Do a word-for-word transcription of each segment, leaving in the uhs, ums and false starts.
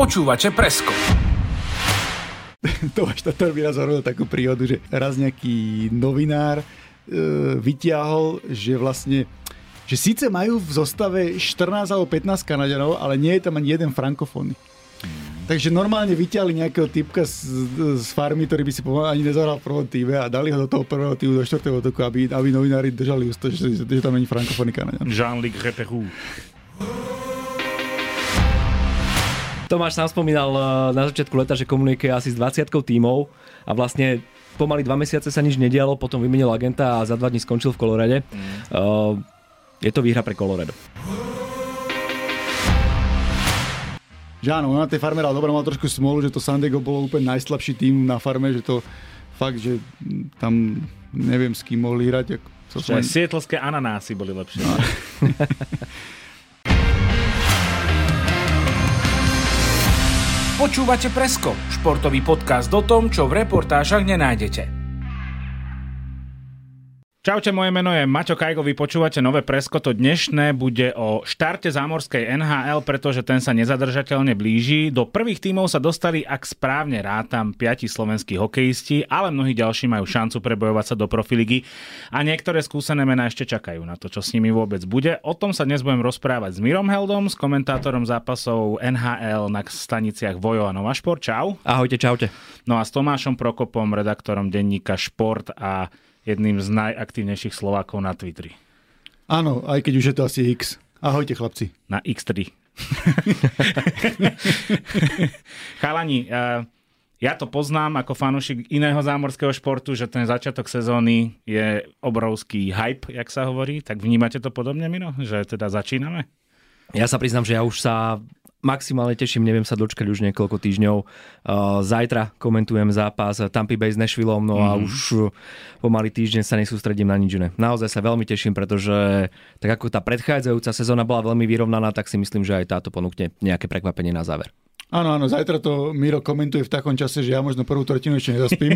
Počúvate Presko. Tomáš Tatar by raz hovoril takú príhodu, že raz nejaký novinár e, vytiahol, že vlastne že síce majú v zostave štrnásť alebo pätnásť Kanaďanov, ale nie je tam ani jeden frankofónny. Mm. Takže normálne vyťahli nejakého typka z, z farmy, ktorý by si povedal, ani nezahral v prvom týme a dali ho do toho prvého týmu, do štvrtého útoku, aby, aby novinári držali ústo, že, že tam není frankofónny Kanaďan. Jean-Luc Reperou. Tomáš sám spomínal na začiatku leta, že komunikuje asi s dvadsiatkou tímov a vlastne pomaly dva mesiace sa nič nedialo, potom vymenil agenta a za dva dní skončil v Colorade. Mm. Uh, je to výhra pre Colorado. Že áno, na tej farme ale dobre mal trošku smolu, že to San Diego bolo úplne najslabší tým na farme, že to fakt, že tam neviem s kým mohli hrať. Aj sietlské ananásy boli lepšie. No. Počúvate Presko, športový podcast o tom, čo v reportážach nenájdete. Čaute, moje meno je Maťo Kajgo, vy počúvate nové Presko. To dnešné bude o štarte zámorskej en há el, pretože ten sa nezadržateľne blíži. Do prvých tímov sa dostali, ak správne rátam, piati slovenskí hokejisti, ale mnohí ďalší majú šancu prebojovať sa do profiligy a niektoré skúsené mená ešte čakajú na to, čo s nimi vôbec bude. O tom sa dnes budem rozprávať s Mirom Heldom, s komentátorom zápasov en há el na staniciach Vojo a Nova Šport. Čau. Ahojte, čaute. No a s Tomášom Prokopom, redaktorom denníka Šport a jedným z najaktívnejších Slovákov na Twitteri. Áno, aj keď už je to asi X. Ahojte, chlapci. Na iks tri. Chalani, ja to poznám ako fanúšik iného zámorského športu, že ten začiatok sezóny je obrovský hype, jak sa hovorí. Tak vnímate to podobne, Miro? Že teda začíname? Ja sa priznám, že ja už sa maximálne teším, neviem sa dočkať už niekoľko týždňov. Zajtra komentujem zápas Tampa Bay s Nashvilleom, no a mm. už pomaly týždeň sa nesústredím na nič iné. Naozaj sa veľmi teším, pretože tak ako tá predchádzajúca sezóna bola veľmi vyrovnaná, tak si myslím, že aj táto ponúkne nejaké prekvapenie na záver. Áno, áno, zajtra to Miro komentuje v takom čase, že ja možno prvú tretinu ešte nezaspím.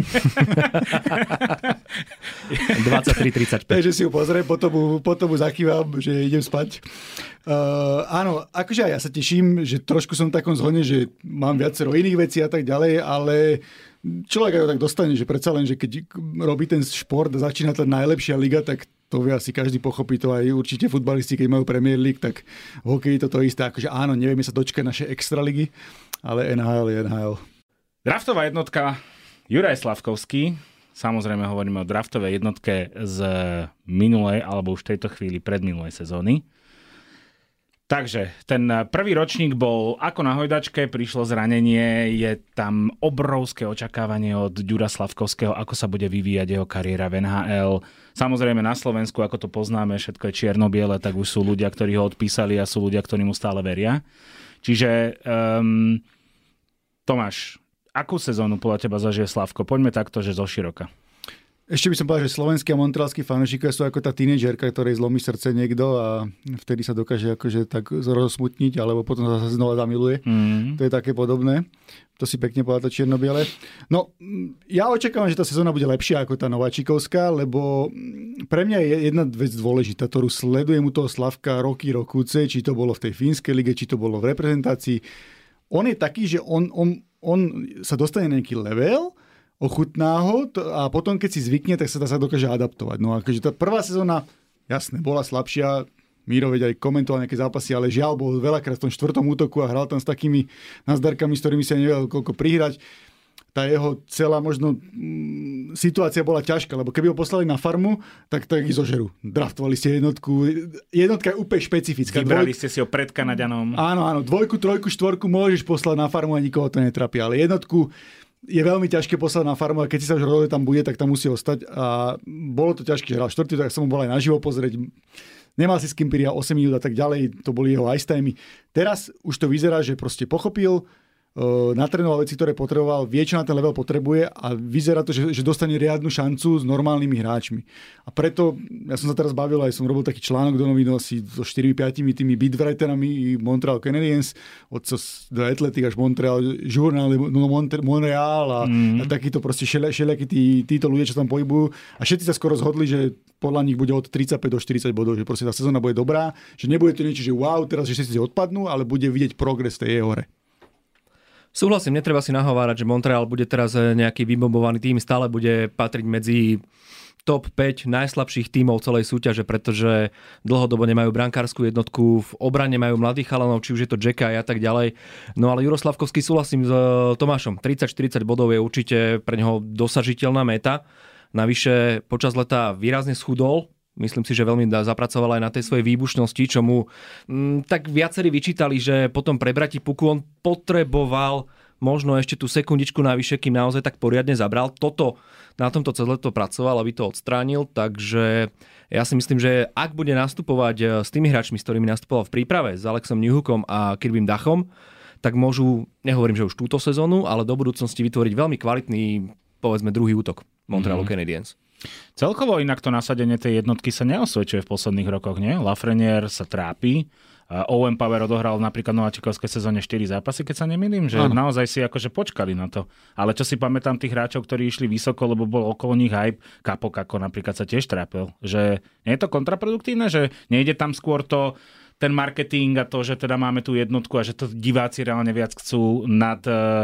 dvadsaťtri tridsaťpäť. Takže si ju pozriem, potom, potom mu zakývam, že idem spať. Uh, áno, akože aj ja sa teším, že trošku som v takom zhone, že mám viacero iných vecí a tak ďalej, ale človek aj tak dostane, že predsa len, že keď robí ten šport a začína tá najlepšia liga, tak to vie asi každý pochopí, to aj určite futbalisti, keď majú Premier League, tak v hokeji to to isté. Akože áno, nevieme sa dočkať našej extraligy, ale en há el je en há el. Draftová jednotka Juraj Slavkovský. Samozrejme hovoríme o draftovej jednotke z minulej, alebo už tejto chvíli predminulej sezóny. Takže ten prvý ročník bol ako na hojdačke, prišlo zranenie, je tam obrovské očakávanie od Ďura Slavkovského, ako sa bude vyvíjať jeho kariéra v en há el. Samozrejme na Slovensku, ako to poznáme, všetko je čierno-biele, tak už sú ľudia, ktorí ho odpísali a sú ľudia, ktorí mu stále veria. Čiže um, Tomáš, akú sezónu podľa teba zažije Slavko? Poďme takto, že zo široka. Ešte by som povedal, že slovenskí a montrealskí fanúšikovia sú ako tá tínedžerka, ktorej zlomí srdce niekto a vtedy sa dokáže akože tak rozsmutniť, alebo potom sa znova zamiluje. Mm. To je také podobné. To si pekne povedal to čierno-biele. No, ja očakávam, že tá sezóna bude lepšia ako tá nováčikovská, lebo pre mňa je jedna vec dôležitá, ktorú sledujem u toho Slavka roky, rokúce, či to bolo v tej fínskej lige, či to bolo v reprezentácii. On je taký, že on, on, on sa dostane na nejaký level, ochutná ho a potom, keď si zvykne, tak sa, sa dokáže adaptovať. No a keďže tá prvá sezóna, jasne, bola slabšia, Miro veď aj komentoval nejaké zápasy, ale žiaľ, bol veľakrát v tom štvrtom útoku a hral tam s takými nazdarkami, s ktorými sa nevedel koľko prihrať. Tá jeho celá možno m, situácia bola ťažká, lebo keby ho poslali na farmu, tak tak ich zožerú. Draftovali ste jednotku. Jednotka je úplne špecifická. Vybrali Dvoj... ste si ho pred Kanaďanom. Áno, áno. Dvojku, trojku, štvorku môžeš poslať na farmu a nikoho to netrapí. Ale jednotku je veľmi ťažké poslať na farmu a keď si sa už rozhodol, tam bude, tak tam musí ostať. A bolo to ťažké, že hral štvrtý, tak som mu bol aj naživo pozrieť. Nemal si s kým prijať osem minút a tak ďalej. To boli jeho ice timey. Teraz už to vyzerá, že proste pochopil, natrénoval veci, ktoré potreboval, vie, čo na ten level potrebuje a vyzerá to, že, že dostane riadnu šancu s normálnymi hráčmi. A preto, ja som sa teraz bavil, aj som robil taký článok do novín asi so štyri päť tými beatwriterami Montreal Canadiens, od do Athletic až Montreal Journal, no Montreal a, mm. a takýto proste všelijakí tí, títo ľudia, čo tam pohybujú. A všetci sa skoro zhodli, že podľa nich bude od tridsaťpäť do štyridsať bodov, že proste tá sezóna bude dobrá, že nebude to niečo, že wow, teraz že všetci odpadnú, ale bude vidieť progres tej jej hore. Súhlasím, netreba si nahovárať, že Montreal bude teraz nejaký vybombovaný tým, stále bude patriť medzi top päť najslabších tímov celej súťaže, pretože dlhodobo nemajú brankárskú jednotku, v obrane majú mladých chalanov, či už je to Jacka a tak ďalej. No ale Juro Slavkovský, súhlasím s Tomášom, tridsať štyridsať bodov je určite pre neho dosažiteľná meta. Navyše počas leta výrazne schudol, myslím si, že veľmi zapracoval aj na tej svojej výbušnosti, čo mu m, tak viacerí vyčítali, že potom prebratí puku on potreboval možno ešte tú sekundičku navyše, kým naozaj tak poriadne zabral. Toto, na tomto celé to pracoval, aby to odstránil, takže ja si myslím, že ak bude nastupovať s tými hráčmi, s ktorými nastupoval v príprave, s Alexom Newhookom a Kirbym Dachom, tak môžu, nehovorím, že už túto sezónu, ale do budúcnosti vytvoriť veľmi kvalitný, povedzme, druhý útok Montrealu mm-hmm. Canadiens. Celkovo inak to nasadenie tej jednotky sa neosvedčuje v posledných rokoch, nie? Lafreniere sa trápi. Owen Power odohral napríklad v nováčikovskej sezóne štyri zápasy, keď sa nemýlim, že ano. Naozaj si akože počkali na to. Ale čo si pamätám tých hráčov, ktorí išli vysoko, lebo bol okolo nich hype, Kapok ako napríklad sa tiež trápil. Že nie je to kontraproduktívne, že nejde tam skôr to ten marketing a to, že teda máme tú jednotku a že to diváci reálne viac chcú nad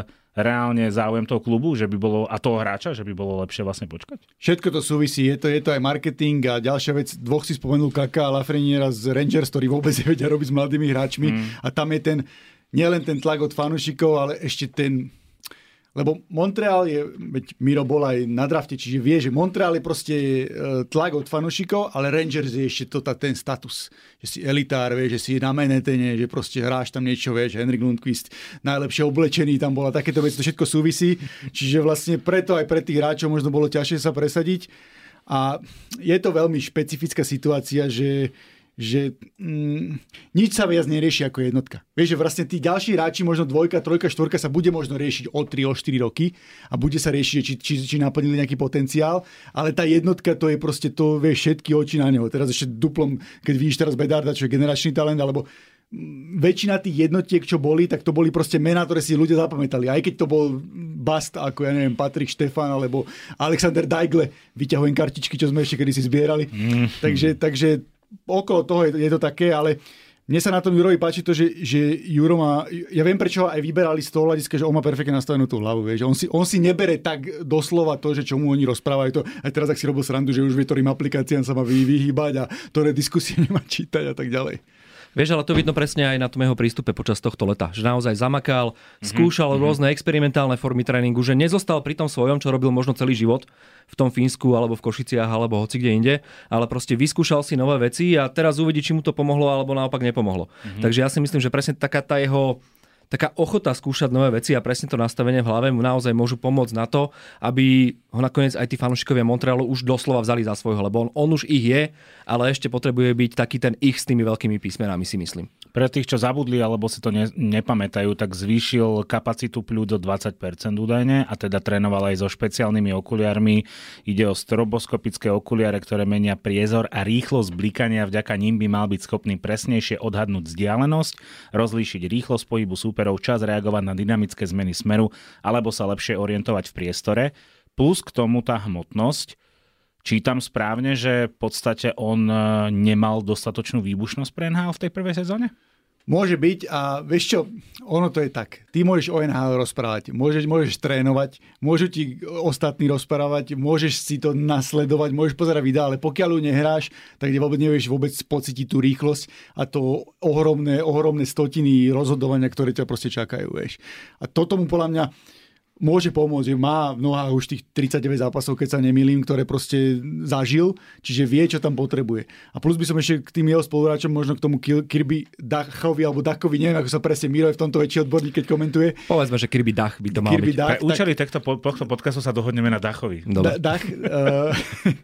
reálne záujem toho klubu, že by bolo, a toho hráča, že by bolo lepšie vlastne počkať? Všetko to súvisí, je to, je to aj marketing a ďalšia vec, dvoch si spomenul Kaka a Lafreniera z Rangers, ktorí vôbec nevedia robiť s mladými hráčmi mm. a tam je ten, nielen ten tlak od fanúšikov, ale ešte ten, lebo Montreal je, veď Miro bol aj na drafte, čiže vie, že Montreal je proste tlak od fanúšikov, ale Rangers je ešte to, ten status, že si elitár, vie, že si na Manhattane, že proste hráš tam niečo, vieš, Henrik Lundqvist najlepšie oblečený tam bola, takéto veci, to všetko súvisí, čiže vlastne preto aj pre tých hráčov možno bolo ťažšie sa presadiť a je to veľmi špecifická situácia, že že mm, nič sa viac nerieši ako jednotka. Vieš, že vlastne tí ďalší hráči, možno dvojka, trojka, štvorka sa bude možno riešiť o tri, o štyri roky a bude sa riešiť, či, či, či naplnili nejaký potenciál, ale tá jednotka to je proste to, vieš, všetky oči na neho. Teraz ešte duplom, keď vidíš teraz Bedarda, čo je generačný talent, alebo väčšina tých jednotiek, čo boli, tak to boli proste mená, ktoré si ľudia zapamätali. Aj keď to bol bast, ako ja neviem, Patrik Štefan alebo Alexander Daigle, vyťahujem kartičky, čo sme ešte kedy si zbierali. Mm. Takže, takže okolo toho je, je to také, ale mne sa na tom Jurovi páči to, že, že Juro má, ja viem, prečo ho aj vyberali z toho hľadiska, že on má perfektne nastavenú tú hlavu, vieš. On si, on si nebere tak doslova to, že čo mu oni rozprávajú. To, aj teraz, ak si robil srandu, že už vie, ktorým aplikáciám sa má vyhýbať a ktoré diskusie nemá čítať a tak ďalej. Vieš, ale to vidno presne aj na tom jeho prístupe počas tohto leta. Že naozaj zamakal, skúšal mm-hmm. rôzne experimentálne formy tréningu, že nezostal pri tom svojom, čo robil možno celý život v tom Fínsku, alebo v Košiciach, alebo hoci kde inde, ale proste vyskúšal si nové veci a teraz uvidí, či mu to pomohlo, alebo naopak nepomohlo. Mm-hmm. Takže ja si myslím, že presne taká tá jeho taká ochota skúšať nové veci a presne to nastavenie v hlave mu naozaj môžu pomôcť na to, aby ho nakoniec aj tí fanúšikovia Montrealu už doslova vzali za svojho, lebo on, on už ich je, ale ešte potrebuje byť taký ten ich s tými veľkými písmenami, si myslím. Pre tých, čo zabudli alebo si to ne, nepamätajú, tak zvýšil kapacitu pľúc do dvadsať percent údajne a teda trénoval aj so špeciálnymi okuliarmi. Ide o stroboskopické okuliare, ktoré menia priezor a rýchlosť blikania, vďaka ním by mal byť schopný presnejšie odhadnúť vzdialenosť, rozlíšiť rýchlosť pohybu súperov, čas reagovať na dynamické zmeny smeru alebo sa lepšie orientovať v priestore. Plus k tomu tá hmotnosť. Čítam správne, že v podstate on nemal dostatočnú výbušnosť pre en há el v tej prvej sezóne? Môže byť a vieš čo, ono to je tak. Ty môžeš o en há el rozprávať, môžeš, môžeš trénovať, môžu ti ostatní rozprávať, môžeš si to nasledovať, môžeš pozerať videa, ale pokiaľ ju nehráš, tak vôbec nevieš vôbec pocítiť tú rýchlosť a to ohromné, ohromné stotiny rozhodovania, ktoré ťa proste čakajú. Vieš. A toto mu podľa mňa môže pomôcť, že má v nohách už tých tridsaťdeväť zápasov, keď sa nemýlim, ktoré proste zažil, čiže vie, čo tam potrebuje. A plus by som ešte k tým jeho spoluhráčom, možno k tomu Kirby Dachovi alebo Dachovi, neviem, ako sa presne Miro je v tomto väčší odborník, keď komentuje. Povedzme, že Kirby Dach by to mal Kirby byť. Dach, Pre účely tak... tohto podcastu sa dohodneme na Dachovi. Da, Dach, uh,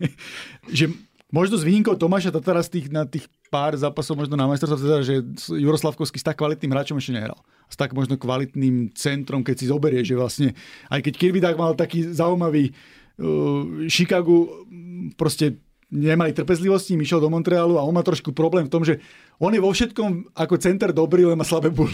že možno s výnimkou Tomáša Tatara z tých, na tých pár zápasov možno na majstrovstvách, teda, že Juro Slavkovský s tak kvalitným hráčom ešte nehral. S tak možno kvalitným centrom, keď si zoberie, že vlastne aj keď Kirby Dach mal taký zaujímavý uh, Chicago, proste nemali trpezlivosti, išiel do Montrealu a on má trošku problém v tom, že on je vo všetkom ako center dobrý, len má slabé buly.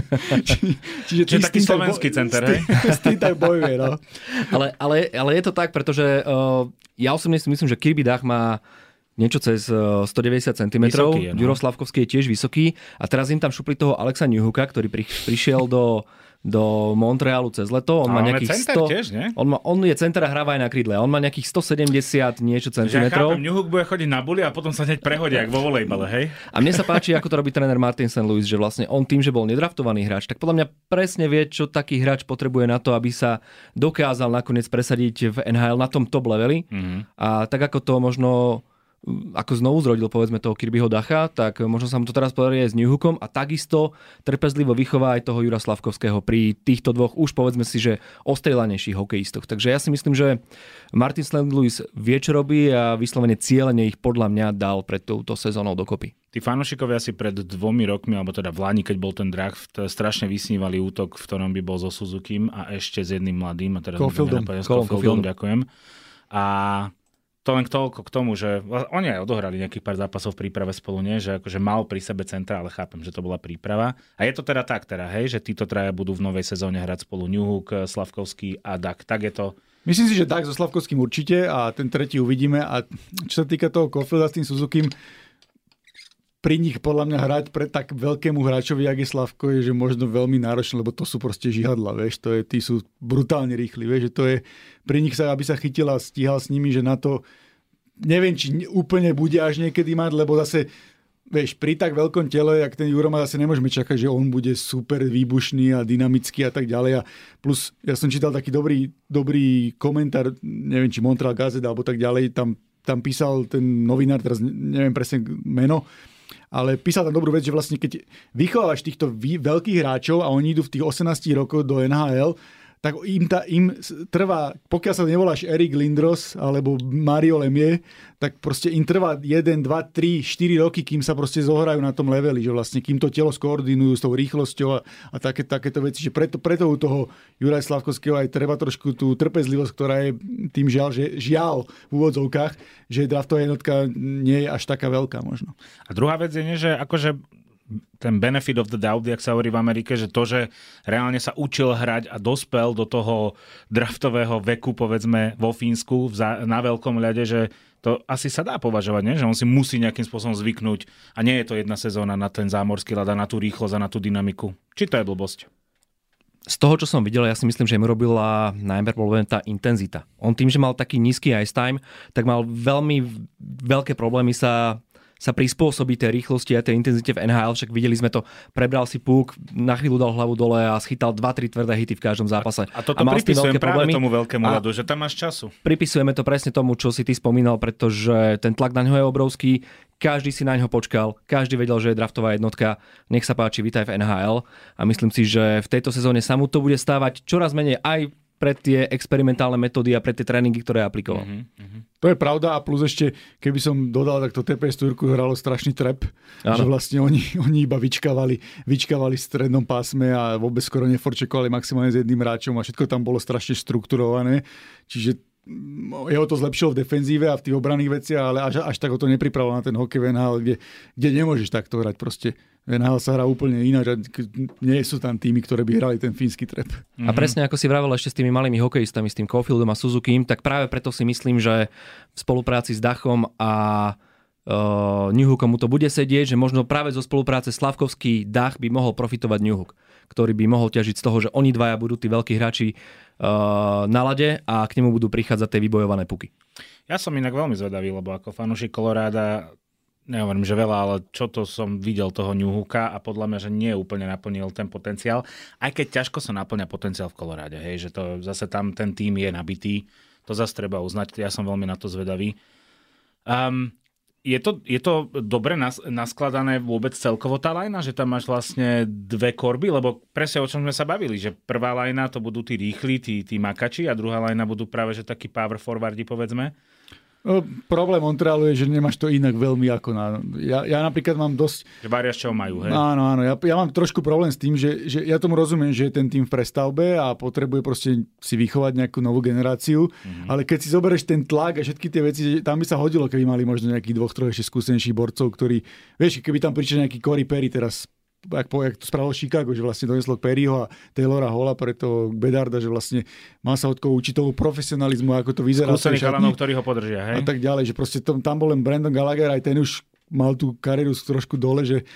Čiže Čiže taký slovenský bo- center, hej? S tým tak bojuje, no. Ale, ale, ale je to tak, pretože uh, ja osobne si myslím, že Kirby Dach má niečo cez stodeväťdesiat centimetrov. Vysoký, no. Juro Slavkovský je tiež vysoký. A teraz im tam šupli toho Alexa Newhooka, ktorý pri, prišiel do do Montrealu cez leto. On má nejakých sto... Tiež, nie? On, má, on je center a hráva aj na krídle. On má nejakých stosedemdesiat niečo centimetrov. Ja chápem, Newhook bude chodiť na buli a potom sa hneď prehodí, ako vo volejbale, hej? A mne sa páči, ako to robí tréner Martin Saint Louis, že vlastne on tým, že bol nedraftovaný hráč, tak podľa mňa presne vie, čo taký hráč potrebuje na to, aby sa dokázal nakoniec presadiť v en há el na tom top leveli. Mm-hmm. A tak ako to možno ako znovu zrodil, povedzme, toho Kirbyho Dacha, tak možno sa mu to teraz podarí aj s Newhookom a takisto trpezlivo vychová aj toho Jura Slavkovského pri týchto dvoch už povedzme si, že ostrielanejších hokejistoch. Takže ja si myslím, že Martin Saint Louis vie, čo robí a vyslovene cieľene ich podľa mňa dal pred touto sezónou dokopy. Tí fanúšikovia si pred dvomi rokmi, alebo teda v Lani, keď bol ten draft, strašne vysnívali útok, v ktorom by bol so Suzukim a ešte s jedným mladým, a teraz Caulfieldom. Caulfieldom, ďakujem. A to len toľko k tomu, že oni aj odohrali nejakých pár zápasov v príprave spolu, nie? Že akože mal pri sebe centra, ale chápem, že to bola príprava. A je to teda tak, teda, hej, že títo traja budú v novej sezóne hrať spolu Newhook, Slavkovský a Dach. Tak je to. Myslím si, že Dach so Slavkovským určite a ten tretí uvidíme. A čo sa týka toho Caulfielda s tým Suzukim, pri nich podľa mňa hrať pre tak veľkému hráčovi, jak je Slavko, je že možno veľmi náročné, lebo to sú proste žihadla, vieš, to je, tí sú brutálne rýchli, vieš, že to je pri nich sa, aby sa chytil a stíhal s nimi, že na to neviem, či úplne bude až niekedy mať, lebo zase, vieš, pri tak veľkom tele, jak ten Juro má, zase nemôžeme čakať, že on bude super výbušný a dynamický a tak ďalej. A plus, ja som čítal taký dobrý, dobrý komentár, neviem, či Montreal Gazette alebo tak ďalej, tam, tam písal ten novinár, teraz neviem presne meno, ale písal tam dobrú vec, že vlastne keď vychovávaš týchto veľkých hráčov a oni idú v tých osemnásť rokov do en há el, tak im, tá, im trvá, pokiaľ sa nevoláš Erik Lindros alebo Mario Lemieux, tak proste im trvá jeden, dva, tri, štyri roky, kým sa proste zohrajú na tom leveli, že vlastne kým to telo skoordinujú s tou rýchlosťou a, a také, takéto veci, že preto, preto u toho Juraja Slavkovského aj treba trošku tú trpezlivosť, ktorá je tým žiaľ, že žiaľ v úvodzovkách, že draftová jednotka nie je až taká veľká možno. A druhá vec je, nie, že akože ten benefit of the doubt, jak sa hovorí v Amerike, že to, že reálne sa učil hrať a dospel do toho draftového veku, povedzme, vo Fínsku na veľkom ľade, že to asi sa dá považovať, nie? Že on si musí nejakým spôsobom zvyknúť a nie je to jedna sezóna na ten zámorský ľad a na tú rýchlosť a na tú dynamiku. Či to je blbosť? Z toho, čo som videl, ja si myslím, že im robila najmä problém tá intenzita. On tým, že mal taký nízky ice time, tak mal veľmi veľké problémy sa sa prispôsobí tej rýchlosti a tej intenzite v en há el, však videli sme to, prebral si púk, na chvíľu dal hlavu dole a schytal dva tri tvrdé hity v každom zápase. A toto a pripisujem práve tomu veľkému ľadu, že tam máš času. Pripisujeme to presne tomu, čo si ty spomínal, pretože ten tlak na ňo je obrovský, každý si na ňo počkal, každý vedel, že je draftová jednotka, nech sa páči, vítaj v en há el a myslím si, že v tejto sezóne sa mu to bude stávať čoraz menej aj pre tie experimentálne metódy a pre tie tréningy, ktoré aplikoval. Mm-hmm. To je pravda a plus ešte, keby som dodal, tak to té pé es Turku hralo strašný trep, ano. Že vlastne oni, oni iba vyčkávali, vyčkávali v strednom pásme a vôbec skoro neforčekovali maximálne s jedným hráčom a všetko tam bolo strašne štrukturované. Čiže jeho to zlepšilo v defenzíve a v tých obranných veciach, ale až, až tak ho to nepripravilo na ten hokej v en há el, kde, kde nemôžeš takto hrať. Proste v en há el sa hrá úplne ináč. Nie sú tam týmy, ktoré by hrali ten fínsky trep. A presne ako si vravel ešte s tými malými hokejistami, s tým Caulfieldom a Suzukim, tak práve preto si myslím, že v spolupráci s Dachom a uh, Newhookom mu to bude sedieť, že možno práve zo spolupráce Slavkovský Dach by mohol profitovať Newhook, ktorý by mohol ťažiť z toho, že oni dvaja budú tí veľkí hráči uh, na lade a k nemu budú prichádzať tie vybojované puky. Ja som inak veľmi zvedavý, lebo ako fanúšik Coloráda nehovorím, že veľa, ale čo to som videl toho Newhooka a podľa mňa, že nie úplne naplnil ten potenciál. Aj keď ťažko sa naplňa potenciál v Coloráde, hej, že to zase tam ten tým je nabitý. To zase treba uznať, ja som veľmi na to zvedavý. Um, je, to, je to dobre nas, naskladané vôbec celkovo tá lajna, že tam máš vlastne dve korby, lebo presne o čom sme sa bavili, že prvá lajna to budú tí rýchli, tí, tí makači a druhá lajna budú práve že takí power forwardi, povedzme. No, problém Montrealu je, že nemáš to inak veľmi ako na... Ja, ja napríklad mám dosť... Že varia z čoho majú, hej? Áno, áno. Ja, ja mám trošku problém s tým, že, že ja tomu rozumiem, že je ten tým v prestavbe a potrebuje proste si vychovať nejakú novú generáciu, mm-hmm. ale keď si zoberieš ten tlak a všetky tie veci, tam by sa hodilo, keby mali možno nejakých dvoch, troch ešte skúsenejších borcov, ktorí... Vieš, keby tam prišiel nejaký Corey Perry teraz... Jak, po, jak to spravilo Chicago, že vlastne doneslo Perryho a Taylora Halla pre to Bedarda, že vlastne má sa od koho učiť toho profesionalizmu, ako to vyzerá. Skúsených chalanov, ktorí ho podržia, hej? A tak ďalej, že proste tam, tam bol len Brandon Gallagher, aj ten už mal tú kariéru trošku dole, že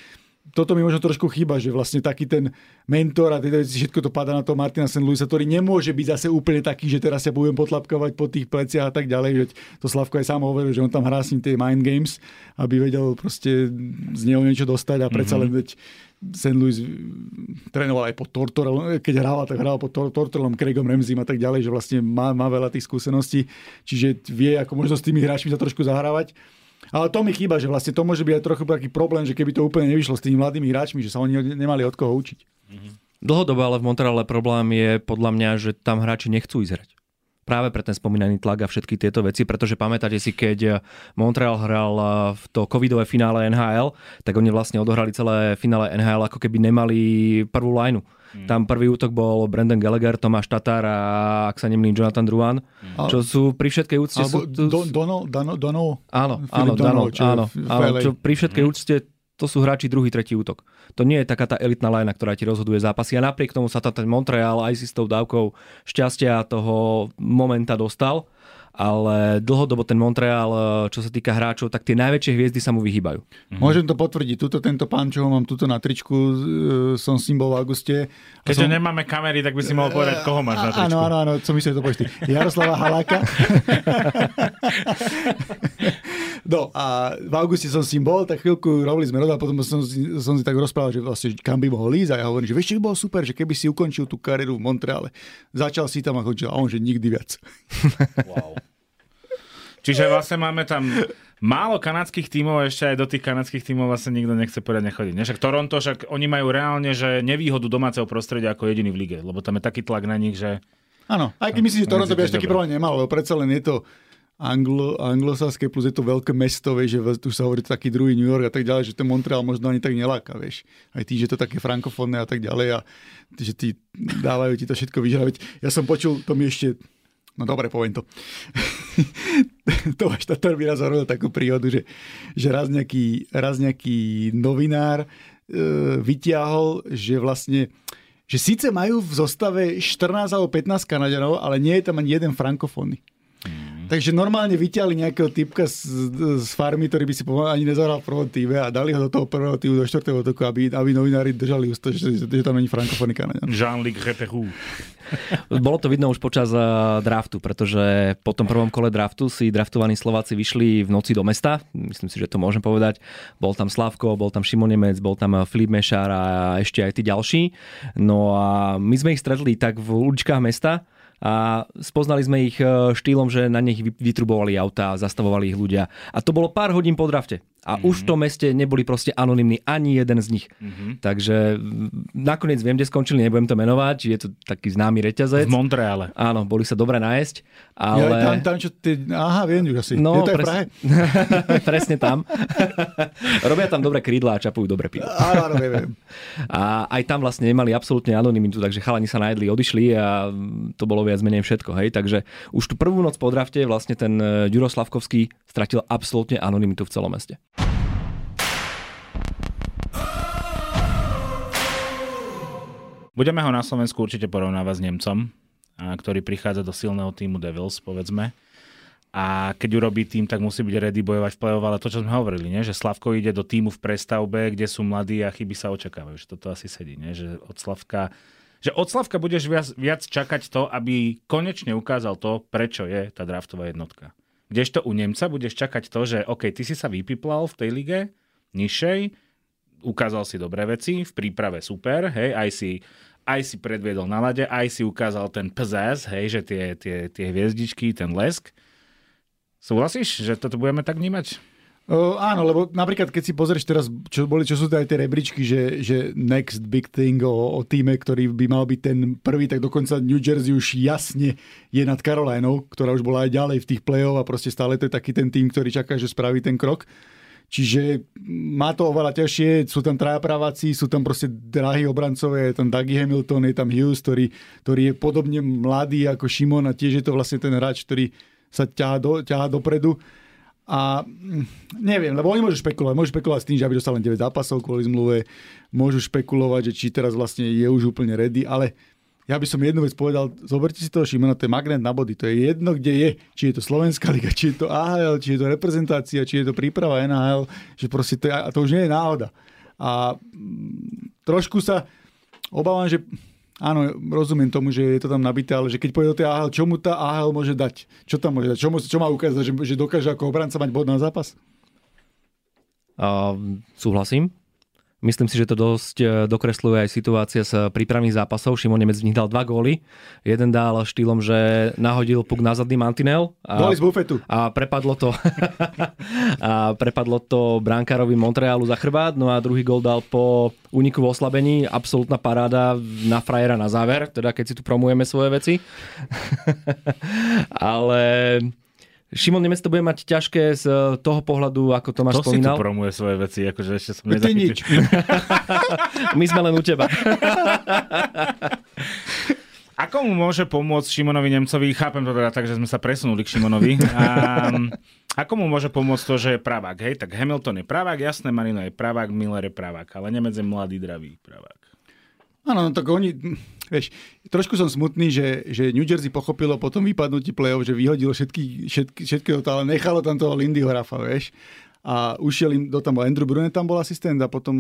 toto mi možno trošku chýba, že vlastne taký ten mentor a teda všetko to padá na to Martina Saint Louisa, ktorý nemôže byť zase úplne taký, že teraz sa budem potlapkovať po tých pleciach a tak ďalej, že to Slavko aj sám hovoril, že on tam hrá s ním tie mind games, aby vedel proste z neho niečo dostať a predsa len veď Saint Louis trénoval aj pod Tortorellom, keď hral, tak hral pod Tortorellom, Craigom Ramseym a tak ďalej, že vlastne má, má veľa tých skúseností, čiže vie, ako možno s tými hráčmi sa trošku zahrávať. Ale to mi chýba, že vlastne to môže byť aj trochu taký problém, že keby to úplne nevyšlo s tými mladými hráčmi, že sa oni nemali od koho učiť. Dlhodobo ale v Montreale problém je podľa mňa, že tam hráči nechcú ísť hrať. Práve pre ten spomínaný tlak a všetky tieto veci, pretože pamätáte si, keď Montreal hral v to covidové finále en há el, tak oni vlastne odohrali celé finále en há el, ako keby nemali prvú lineu. Hmm. Tam prvý útok bol Brendan Gallagher, Tomáš Tatar a ak sa nemýlim Jonathan Drouin, hmm. čo sú pri všetkej úcte... Alebo Donald, Donald, Donald. Áno, áno, Donald, áno, áno, čo pri všetkej Hmm. úcte to sú hráči druhý, tretí útok. To nie je taká tá elitná lajna, ktorá ti rozhoduje zápasy. A napriek tomu sa ten Montreal aj si s tou dávkou šťastia toho momenta dostal. Ale dlhodobo ten Montreal, čo sa týka hráčov, tak tie najväčšie hviezdy sa mu vyhýbajú. Mhm. Môžem to potvrdiť. Tuto tento pán, čo ho mám tuto na tričku, som s ním bol v auguste. Keďže som... nemáme kamery, tak by si mohol povedať, koho máš na tričku. Áno, áno, áno, som myslel, že to povieš ty. Jaroslava Haláka. No a v auguste som s ním bol, tak chvíľku robili sme rozhovor, potom som, som si tak rozprával, že vlastne kam by mohol ísť a ja hovorím, že vieš, čo by bolo super, že keby si ukončil tú kariéru v Montreale. Začal si tam a končil a on, že nikdy viac. Wow. Čiže vlastne máme tam málo kanadských tímov a ešte aj do tých kanadských tímov vlastne nikto nechce poriadne chodiť. Ne? Však Toronto, však oni majú reálne že nevýhodu domáceho prostredia ako jediný v lige, lebo tam je taký tlak na nich, že... Áno, aj keď myslím, že Toronto by až taký problém nemal, lebo predsa len je to anglo, anglosaské, plus je to veľké mesto, vieš, že tu sa hovorí taký druhý New York a tak ďalej, že ten Montreal možno ani tak neláka, vieš. Aj tí, že to také frankofónne a tak ďalej a tí, že tí dávajú ti to všetko vyžrať. Ja som počul, to mi ešte... No dobre, poviem to. Tomáš Tatar by raz hovoril takú príhodu, že, že raz, nejaký, raz nejaký novinár e, vytiahol, že vlastne, že síce majú v zostave štrnásť alebo pätnásť Kanaďanov, ale nie je tam ani jeden frankofónny. Mm. Takže normálne vyťahli nejakého typka z, z farmy, ktorý by si povedal, ani nezahral v prvom týme a dali ho do toho prvého týmu, do štvrtého toku, aby, aby novinári držali ústa, že, že tam není frankofónny Kanaďan. Jean-Luc Reperou. Bolo to vidno už počas draftu, pretože po tom prvom kole draftu si draftovaní Slováci vyšli v noci do mesta. Myslím si, že to môžem povedať. Bol tam Slavko, bol tam Šimon Nemec, bol tam Filip Mešár a ešte aj tí ďalší. No a my sme ich stretli tak v uličkách mesta a spoznali sme ich štýlom, že na nich vytrubovali autá, zastavovali ich ľudia. A to bolo pár hodín po drafte. A mm-hmm. už v tom meste neboli proste anonymní ani jeden z nich. Mm-hmm. Takže nakoniec viem, kde skončili, nebudem to menovať. Je to taký známy reťazec. V Montreale. Áno, boli sa dobre nájsť. Ale... Ja, tam, tam, čo ty... Aha, viem už asi. No, je to pres... aj v Prahe? Presne tam. Robia tam dobré krídla a čapujú dobre pivo. Áno, áno, viem. A aj tam vlastne nemali absolútne anonymitu, takže chalani sa najedli, odišli a to bolo viac menej všetko. Hej? Takže už tú prvú noc po drafte vlastne ten Ďuro Slavkovský stratil absolútne anonymitu v celom meste. Budeme ho na Slovensku určite porovnávať s Nemcom, ktorý prichádza do silného týmu Devils, povedzme. A keď urobí tým, tak musí byť ready bojovať v play-off, ale to, čo sme hovorili, nie? Že Slavko ide do týmu v prestavbe, kde sú mladí a chyby sa očakávajú. Že toto asi sedí, nie? Že od Slavka, že od Slavka budeš viac, viac čakať to, aby konečne ukázal to, prečo je tá draftová jednotka. Kdežto u Nemca budeš čakať to, že OK, ty si sa vypiplal v tej lige nižšej, ukázal si dobré veci, v príprave super, hej, aj si, aj si predviedol na lade, aj si ukázal ten pzaz, hej, že tie, tie, tie hviezdičky, ten lesk. Súhlasíš, že toto budeme tak vnímať? Uh, áno, lebo napríklad, keď si pozrieš teraz, čo boli, čo sú aj tie rebríčky, že, že next big thing o, o týme, ktorý by mal byť ten prvý, tak dokonca New Jersey už jasne je nad Carolinou, ktorá už bola aj ďalej v tých play-off a proste stále to je taký ten tým, ktorý čaká, že spraví ten krok. Čiže má to oveľa ťažšie, sú tam traja praváci, sú tam proste drahí obrancové, je tam Dougie Hamilton, je tam Hughes, ktorý, ktorý je podobne mladý ako Šimon a tiež je to vlastne ten hráč, ktorý sa ťahá, do, ťahá dopredu. A neviem, lebo oni môžu špekulovať. Môžu špekulovať s tým, že aby dostal len deväť zápasov kvôli zmluve. Môžu špekulovať, že či teraz vlastne je už úplne ready, ale ja by som jednu vec povedal, zoberte si toho Šimona, to je magnet na body, to je jedno, kde je, či je to Slovenská liga, či je to á há el, či je to reprezentácia, či je to príprava en há el, že proste to, a to už nie je náhoda. A trošku sa obávam, že áno, rozumiem tomu, že je to tam nabité, ale že keď pôjde do tej á há el, čo mu tá á há el môže dať? Čo tam môže dať? Čo, mu, čo má ukázať? Že, že dokáže ako obranca mať bod na zápas? Uh, súhlasím. Myslím si, že to dosť dokresluje aj situácia z prípravných zápasov. Šimon Nemec v nich dal dva góly. Jeden dal štýlom, že nahodil puk na zadný mantinel. Góly z bufetu. A prepadlo to a prepadlo to brankárovi Montrealu za chrbát. No a druhý gól dal po úniku v oslabení. Absolútna paráda na frajera na záver. Teda keď si tu promujeme svoje veci. Ale Šimon Nemec to bude mať ťažké z toho pohľadu, ako Tomáš to spomínal. To si tu promuje svoje veci, akože ešte som nezachytil. My sme len u teba. Ako mu môže pomôcť Šimonovi Nemcovi? Chápem to teda tak, že sme sa presunuli k Šimonovi. A, ako mu môže pomôcť to, že je pravák? Hej, tak Hamilton je pravák, jasné, Marino je pravák, Miller je pravák, ale Nemec je mladý, dravý pravák. Áno, no tak oni, vieš, trošku som smutný, že, že New Jersey pochopilo po tom vypadnutí play-off, že vyhodilo všetky, všetky, všetky to, ale nechalo tam toho Lindyho Raffa, vieš. A ušiel im, do tam bol Andrew Brunet, tam bol asistent a potom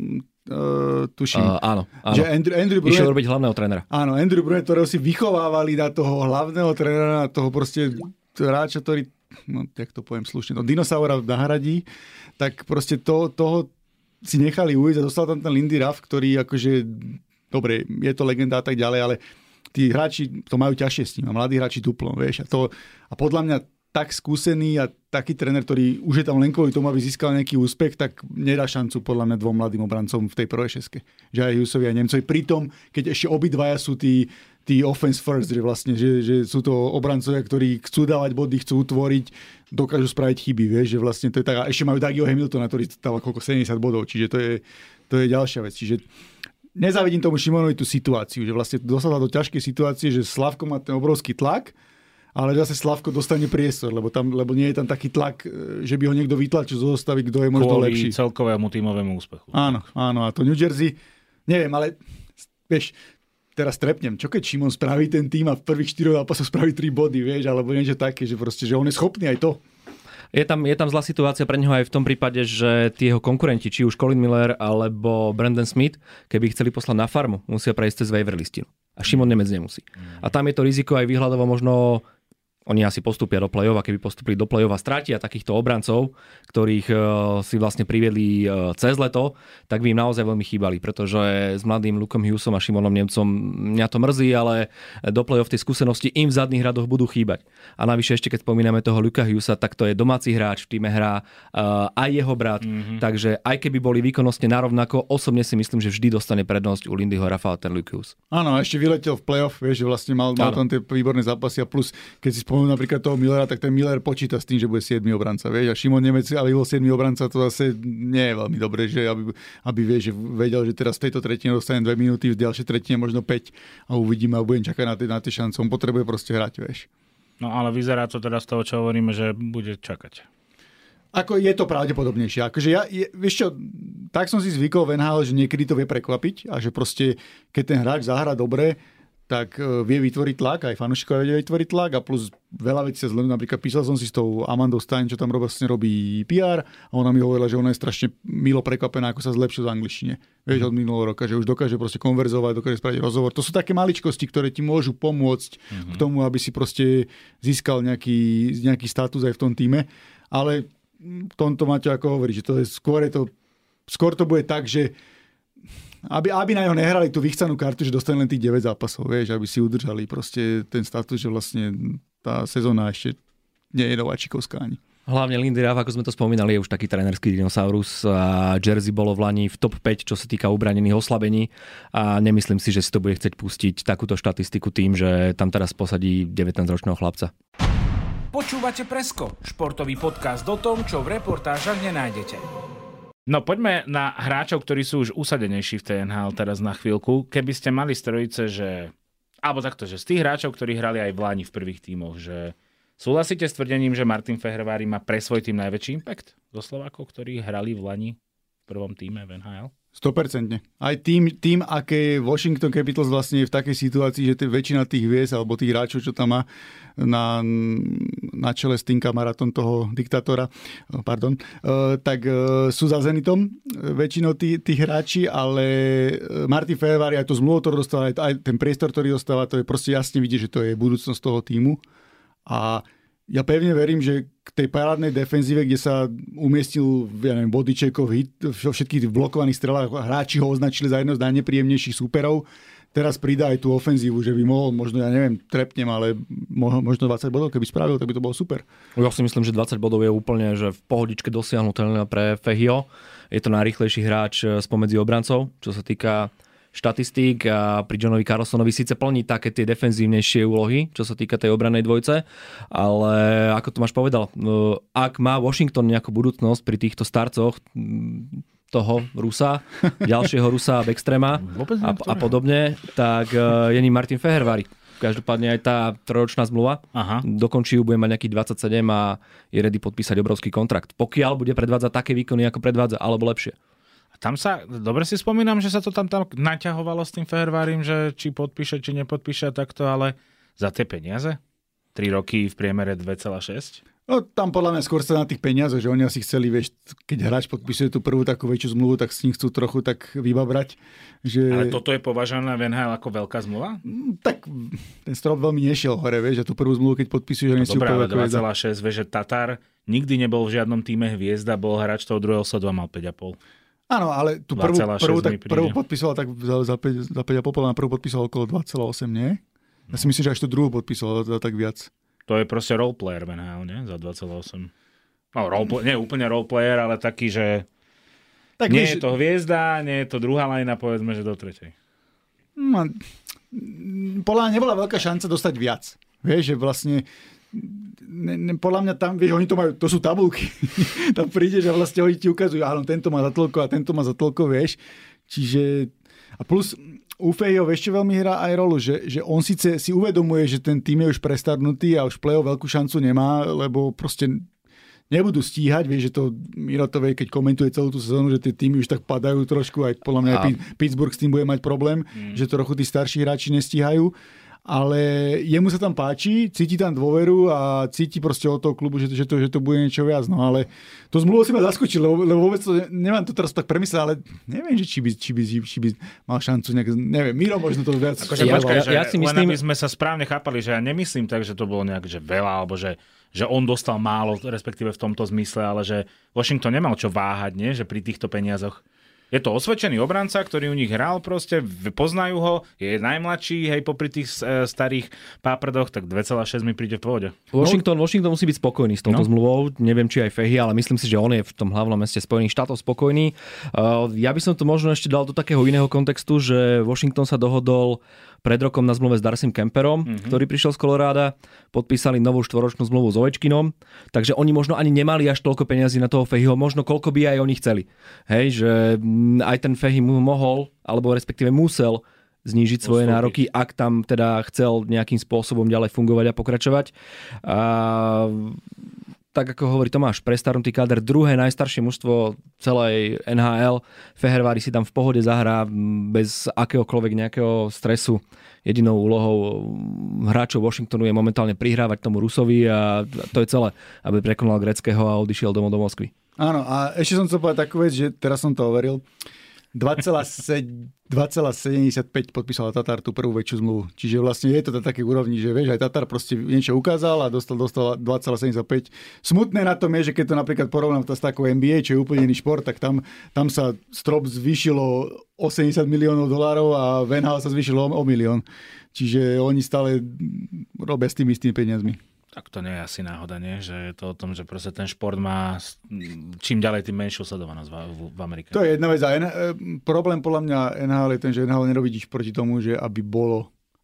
uh, tuším. Uh, áno, áno. Že Andrew, Andrew Brunet, išiel robiť hlavného trénera. Áno, Andrew Brunet, ktorého si vychovávali na toho hlavného trénera, na toho proste hráča, ktorý, no, jak to poviem slušne, no, dinosaura nahradí, tak proste to, toho si nechali ujsť a dostal tam ten Lindy Ruff, ktorý akože dobre, je to legenda a tak ďalej, ale tí hráči to majú ťažšie s ním a mladí hráči duplom, vieš. A, to, a podľa mňa tak skúsený a taký tréner, ktorý už je tam len kvôli tomu, aby získal nejaký úspech, tak nedá šancu podľa mňa dvom mladým obrancom v tej prvej šeske. Že aj Hughesovi a Nemcovi. Pritom, keď ešte obidvaja sú tí, tí offense first, že vlastne, že, že sú to obrancovia, ktorí chcú dávať body, chcú tvoriť, dokážu spraviť chyby, vieš, že vlastne to je tak. A ešte majú Dougieho Hamiltona, ktorý dáva koľko sedemdesiat bodov, čiže to je, to je ďalšia vec. Čiže nezávidím tomu Šimonovi tú situáciu, že vlastne dostala do ťažkej situácie, že Slavko má ten obrovský tlak, ale zase Slavko dostane priestor, lebo, tam, lebo nie je tam taký tlak, že by ho niekto vytlačil zo zostavy, kto je možno kvôli lepší. Kvôli celkovému tímovému úspechu. Áno, áno. A to New Jersey, neviem, ale vieš, teraz trepnem, čo keď Šimon spraví ten tým a v prvých štyroch zápasoch spraví tri body, vieš, alebo niečo také, že proste, že on je schopný aj to. Je tam, je tam zlá situácia pre neho aj v tom prípade, že tí jeho konkurenti, či už Colin Miller alebo Brandon Smith, keby chceli poslať na farmu, musia prejsť cez waiver listinu. A Šimon Nemec nemusí. A tam je to riziko aj výhľadovo možno. Oni asi postupia do play-off a keby postupili do play-off a strátia takýchto obrancov, ktorých uh, si vlastne priviedli uh, cez leto, tak by im naozaj veľmi chýbali, pretože s mladým Lukom Hughesom a Šimonom Nemcom mňa to mrzí, ale do play-off tej skúsenosti im v zadných radoch budú chýbať. A navyše ešte keď spomíname toho Luka Hughesa, tak to je domáci hráč, v týme hrá uh, aj jeho brat, mm-hmm. takže aj keby boli výkonnostne narovnako, osobne si myslím, že vždy dostane prednosť u Lindyho Raffa a ten Luke Hughes. Áno, ešte vyletel v play-off, vieš, že vlastne mal, mal tam tie výborné zápasy a plus keď si napríklad toho Millera, tak ten Miller počíta s tým, že bude siedmy obranca, vieš, a Šimon Nemec, aby bol siedmy obranca, to zase nie je veľmi dobré, že aby, aby vieš, že vedel, že teraz v tejto tretine dostane dve minúty, v ďalšej tretine možno päť a uvidíme a budem čakať na tie, na tie šance. On potrebuje proste hrať, vieš. No ale vyzerá to teda z toho, čo hovoríme, že bude čakať. Ako je to pravdepodobnejšie. Akože ja, je, vieš čo, tak som si zvykol v en há el, že niekedy to vie prekvapiť a že proste, keď ten hráč zahra dobre, tak vie vytvoriť tlak, aj fanúšikovia vie vytvoriť tlak a plus veľa vecí sa zľadú. Napríklad písal som si s tou Amandou Stein, čo tam vlastne robí pé er a ona mi hovorila, že ona je strašne milo prekvapená, ako sa zlepšil v angličtine. Vieš, od minulého roka, že už dokáže proste konverzovať, dokáže spraviť rozhovor. To sú také maličkosti, ktoré ti môžu pomôcť mm-hmm. k tomu, aby si proste získal nejaký, nejaký status aj v tom týme. Ale v tomto máte ako hovorí, že to je, skôr, je to, skôr to bude tak, že Aby, aby na ňo nehrali tú vychcanú kartu, že dostane len tých deväť zápasov, vieš, aby si udržali proste ten status, že vlastne tá sezóna ešte nie je nováčikovská ani. Hlavne Lindy Ruff, ako sme to spomínali, je už taký trénerský dinosaurus a Jersey bolo v lani v top päť, čo sa týka ubranených oslabení a nemyslím si, že si to bude chcieť pustiť takúto štatistiku tým, že tam teraz posadí devätnásťročného chlapca. Počúvate Presko, športový podcast o tom, čo v reportážach nenájdete. No poďme na hráčov, ktorí sú už usadenejší v té en há el teraz na chvíľku. Keby ste mali z trojice, že... Alebo takto, že z tých hráčov, ktorí hrali aj v lani v prvých tímoch, že súhlasíte s tvrdením, že Martin Fehervári má pre svoj tým najväčší impact zo Slovákov, ktorí hrali v lani v prvom tíme v en há el? sto percent. Aj tým, tým, aké Washington Capitals vlastne je v takej situácii, že tý, väčšina tých hviezd alebo tých hráčov, čo tam má na, na čele Stinka Marathon toho diktátora, pardon, uh, tak uh, sú za Zenitom väčšinou tí, tých hráči, ale Martin Fehervary aj to zmluvu, ktorú dostáva, aj, aj ten priestor, ktorý dostáva, to je proste jasne vidieť, že to je budúcnosť toho týmu. A ja pevne verím, že k tej parádnej defenzíve, kde sa umiestnil, ja neviem, Bodyčekov hit, vo všetkých tých blokovaných strelách, hráči ho označili za jedno z najnepríjemnejších súperov, teraz pridá aj tú ofenzívu, že by mohol, možno, ja neviem, trepnem, ale možno dvadsať bodov, keby spravil, tak by to bolo super. Ja si myslím, že dvadsať bodov je úplne že v pohodičke dosiahnuteľné pre Fehio. Je to najrýchlejší hráč spomedzi obrancov, čo sa týka štatistík, a pri Johnovi Carlsonovi síce plní také tie defenzívnejšie úlohy, čo sa týka tej obrannej dvojce, ale ako Tomáš povedal, ak má Washington nejakú budúcnosť pri týchto starcoch toho Rusa, ďalšieho Rusa Backstrema a, a podobne, tak je ním Martin Fehervary. Každopádne aj tá trojročná zmluva, Aha. dokončí ju, bude mať nejakých dvadsaťsedem a je ready podpísať obrovský kontrakt. Pokiaľ bude predvádzať také výkony, ako predvádza, alebo lepšie. Tam sa, dobre si spomínam, že sa to tam, tam naťahovalo s tým Fehervarym, že či podpíše, či nepodpíše takto, ale za tie peniaze? tri roky v priemere dva celé šesť? No tam podľa mňa skôr sa na tých peniazoch, že oni asi chceli, vieš, keď hráč podpísuje tú prvú takú väčšiu zmluvu, tak s ním chcú trochu tak vybabrať. Že... Ale toto je považované v en há el ako veľká zmluva? Tak ten strop veľmi nešiel hore, vieš, a tú prvú zmluvu, keď podpísuješ, že no, dobrá, ale dva celé šesť, vieš, že Tatar nikdy nebol v žiadnom týme hviezda, bol hráč toho druhého sledova, mal päť a pol. Áno, ale tú prvú, prvú, tak, prvú podpísal tak za, za, päť, za päť a pol, na prvú podpísal okolo dva celé osem, nie? Ja si myslím, že až tú druhú podpísal za tak viac. To je proste roleplayer v en há el, nie? Za dva celé osem. No, roleplay, nie úplne roleplayer, ale taký, že tak nie vieš, je to hviezda, nie je to druhá lajna, povedzme, že do tretej. No, podľa mňa nebola veľká šanca dostať viac. Vieš, že vlastne ne, ne, podľa mňa tam, vieš, oni to majú, to sú tabulky. Tam prídeš a vlastne oni ti ukazujú, áno, tento má za toľko a tento má za toľko, vieš. Čiže, a plus u Fehio vieš, čo veľmi hrá aj rolu, že, že on síce si uvedomuje, že ten tým je už prestarnutý a už play-off veľkú šancu nemá, lebo proste nebudú stíhať, vieš, že to Mirotovej, keď komentuje celú tú sezónu, že tie týmy už tak padajú trošku, aj podľa mňa aj Pittsburgh s tým bude mať problém, mm. že trochu tí starší hráči nestíhajú. Ale jemu sa tam páči, cíti tam dôveru a cíti proste od toho klubu, že to, že to, že to bude niečo viac. No ale to zmluvu si ma zaskočil, lebo, lebo vôbec to, nemám to teraz tak premyslené, ale neviem, že či by, či by, či by mal šancu nejak, neviem, Miro možno to viac. Akože, ja, počkaj, že ja si myslím, len aby sme sa správne chápali, že ja nemyslím tak, že to bolo nejak že veľa, alebo že, že on dostal málo, respektíve v tomto zmysle, ale že Washington nemal čo váhať, nie? Že pri týchto peniazoch. Je to osvedčený obranca, ktorý u nich hral proste, poznajú ho, je najmladší, hej, popri tých e, starých páprdoch, tak dva celé šesť mi príde v pohode. Washington, Washington musí byť spokojný s touto no. zmluvou, neviem, či aj Fehy, ale myslím si, že on je v tom hlavnom meste Spojených štátov spokojný. Uh, ja by som to možno ešte dal do takého iného kontextu, že Washington sa dohodol pred rokom na zmluve s Darcym Kemperom, mm-hmm. ktorý prišiel z Coloráda, podpísali novú štvoročnú zmluvu s Ovečkinom, takže oni možno ani nemali až toľko peniazí na toho Fehyho, možno koľko by aj oni chceli. Hej, že aj ten Fehy mu mohol, alebo respektíve musel znížiť svoje Postupy. nároky, ak tam teda chcel nejakým spôsobom ďalej fungovať a pokračovať. A tak ako hovorí Tomáš, prestarnutý káder, druhé najstaršie mužstvo celej en há el. Fehervary si tam v pohode zahrá bez akéhokoľvek nejakého stresu. Jedinou úlohou hráčov Washingtonu je momentálne prihrávať tomu Rusovi a to je celé, aby prekonal Greckého a odišiel domov do Moskvy. Áno, a ešte som chcel povedať takú vec, že teraz som to overil. dva celé sedemdesiatpäť podpísala Tatar tú prvú väčšiu zmluvu. Čiže vlastne je to na takej úrovni, že vieš, aj Tatar proste niečo ukázal a dostal, dostal dva celé sedemdesiatpäť. Smutné na tom je, že keď to napríklad porovnám s takou en bí ej, čo je úplne iný šport, tak tam, tam sa strop zvýšilo osemdesiat miliónov dolárov a v en há el sa zvýšilo o milión. Čiže oni stále robia s tými istými peniazmi. Tak to nie je asi náhoda, nie? Že je to o tom, že proste ten šport má čím ďalej tým menšiu sledovanosť v, v, v Amerike. To je jedna vec. A en, problém podľa mňa en há el je ten, že en há el nerobí nič proti tomu, že aby bolo,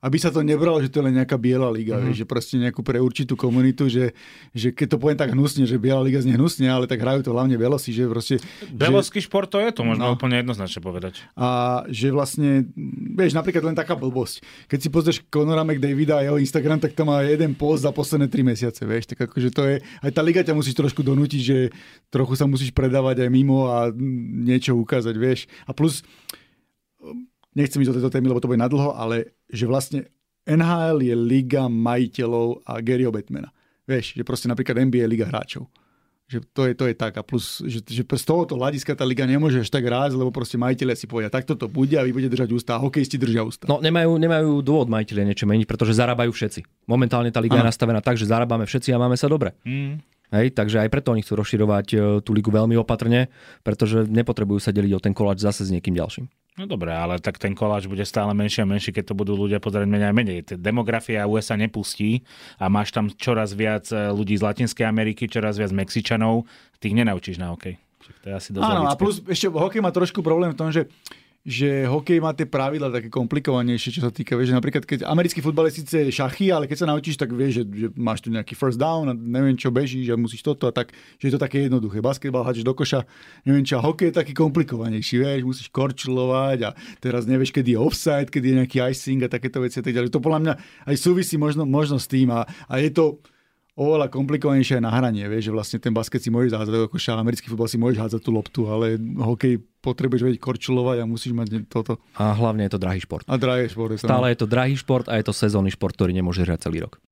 aby sa to nebralo, že to je len nejaká biela liga, mm. že proste nejakú pre určitú komunitu, že, že keď to poviem tak hnusne, že biela liga znie hnusne, ale tak hrajú to hlavne belosi, že proste... Beloský že... šport to je, to možno no. úplne jednoznačne povedať. A že vlastne, vieš, napríklad len taká blbosť. Keď si pozrieš Conora McDavida a jeho Instagram, tak tam má jeden post za posledné tri mesiace, vieš, tak akože to je, aj tá liga ťa musíš trošku donútiť, že trochu sa musíš predávať aj mimo a niečo ukázať, vieš. A plus nechcem ísť do tejto témy, lebo to bude nadlho, ale že vlastne en há el je liga majiteľov a Garyho Bettmana. Vieš, že proste napríklad en bí ej je liga hráčov. Že to je, to je tak. A plus, že, že z tohoto hľadiska tá liga nemôže až tak rásť, lebo proste majiteľia si povedia, takto to bude a vy budete držať ústa a hokejisti držia ústa. No nemajú, nemajú dôvod majiteľia niečo meniť, pretože zarábajú všetci. Momentálne tá liga ano. Je nastavená tak, že zarábame všetci a máme sa dobre. Mm. Hej, takže aj preto oni chcú rozširovať tú ligu veľmi opatrne, pretože nepotrebujú sa deliť o ten koláč zase s niekým ďalším. No dobré, ale tak ten koláč bude stále menší a menší, keď to budú ľudia pozerať menej a menej. Demografia ú es á nepustí a máš tam čoraz viac ľudí z Latinskej Ameriky, čoraz viac Mexičanov, tých nenaučíš na hokej. To je asi dosť Áno, logické. A plus ešte hokej má trošku problém v tom, že že hokej má tie pravidlá také komplikovanejšie, čo sa týka, vieš, že napríklad keď americký futbal je síce šachy, ale keď sa naučíš, tak vieš, že, že máš tu nejaký first down a neviem čo bežíš a musíš toto a tak, že je to také jednoduché. Basketbal hádžeš do koša, neviem čo, a hokej je taký komplikovanejší, vieš, musíš korčulovať a teraz nevieš, kedy je offside, kedy je nejaký icing a takéto veci a tak ďalej. To podľa mňa aj súvisí možno, možno s tým a, a je to oveľa komplikovanejšie aj na hranie, vieš, že vlastne ten basket si môžeš hádzať do koša, americký futbal si môžeš hádzať tú loptu, ale hokej potrebuješ vedieť korčulovať a musíš mať toto. A hlavne je to drahý šport. A drahý šport. Je to Stále je to drahý šport a je to sezónny šport, ktorý nemôže hrať celý rok.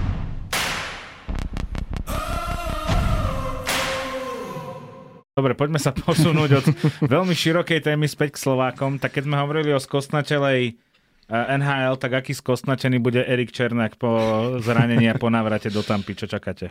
Dobre, poďme sa posunúť od veľmi širokej témy späť k Slovákom. Tak keď sme hovorili o skostnatelej en há el, tak aký skostnatený bude Erik Černák po zranení a po návrate do Tampy? Čo čakáte?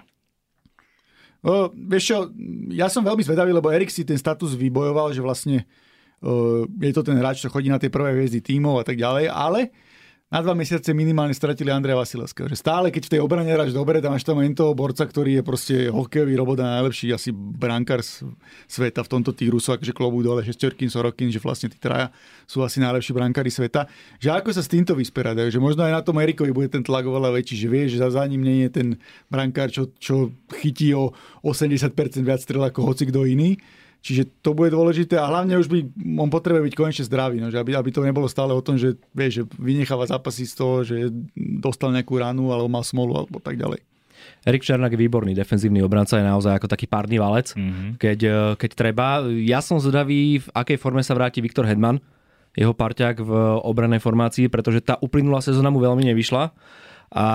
O, vieš čo, ja som veľmi zvedavý, lebo Erik si ten status vybojoval, že vlastne o, je to ten hráč, čo chodí na tie prvé hviezdy tímov a tak ďalej, ale na dva mesiace minimálne stratili Andreja Vasilevského. Že stále, keď v tej obrane hráš dobre, tam máš tam len toho borca, ktorý je proste hokejový robot a najlepší asi brankár sveta v tomto tých Rusov, akože klobúk dole, že Stjorkin, Sorokin, že vlastne tí traja sú asi najlepší brankári sveta. Že ako sa s týmto vysporiadajú, že možno aj na tom Erikovi bude ten tlak oveľa väčší, že vie, že za ním nie je ten brankár, čo, čo chytí o osemdesiat percent viac strel ako hocikto iný. Čiže to bude dôležité a hlavne už by on potrebuje byť konečne zdravý, no, že aby, aby to nebolo stále o tom, že, vie, že vynecháva zápasy z toho, že dostal nejakú ranu alebo mal smolu alebo tak ďalej. Erik Černák je výborný defenzívny obranca, je naozaj ako taký párny valec, mm-hmm. keď, keď treba. Ja som zvedavý, v akej forme sa vráti Viktor Hedman, jeho parťák v obrannej formácii, pretože tá uplynulá sezóna mu veľmi nevyšla. A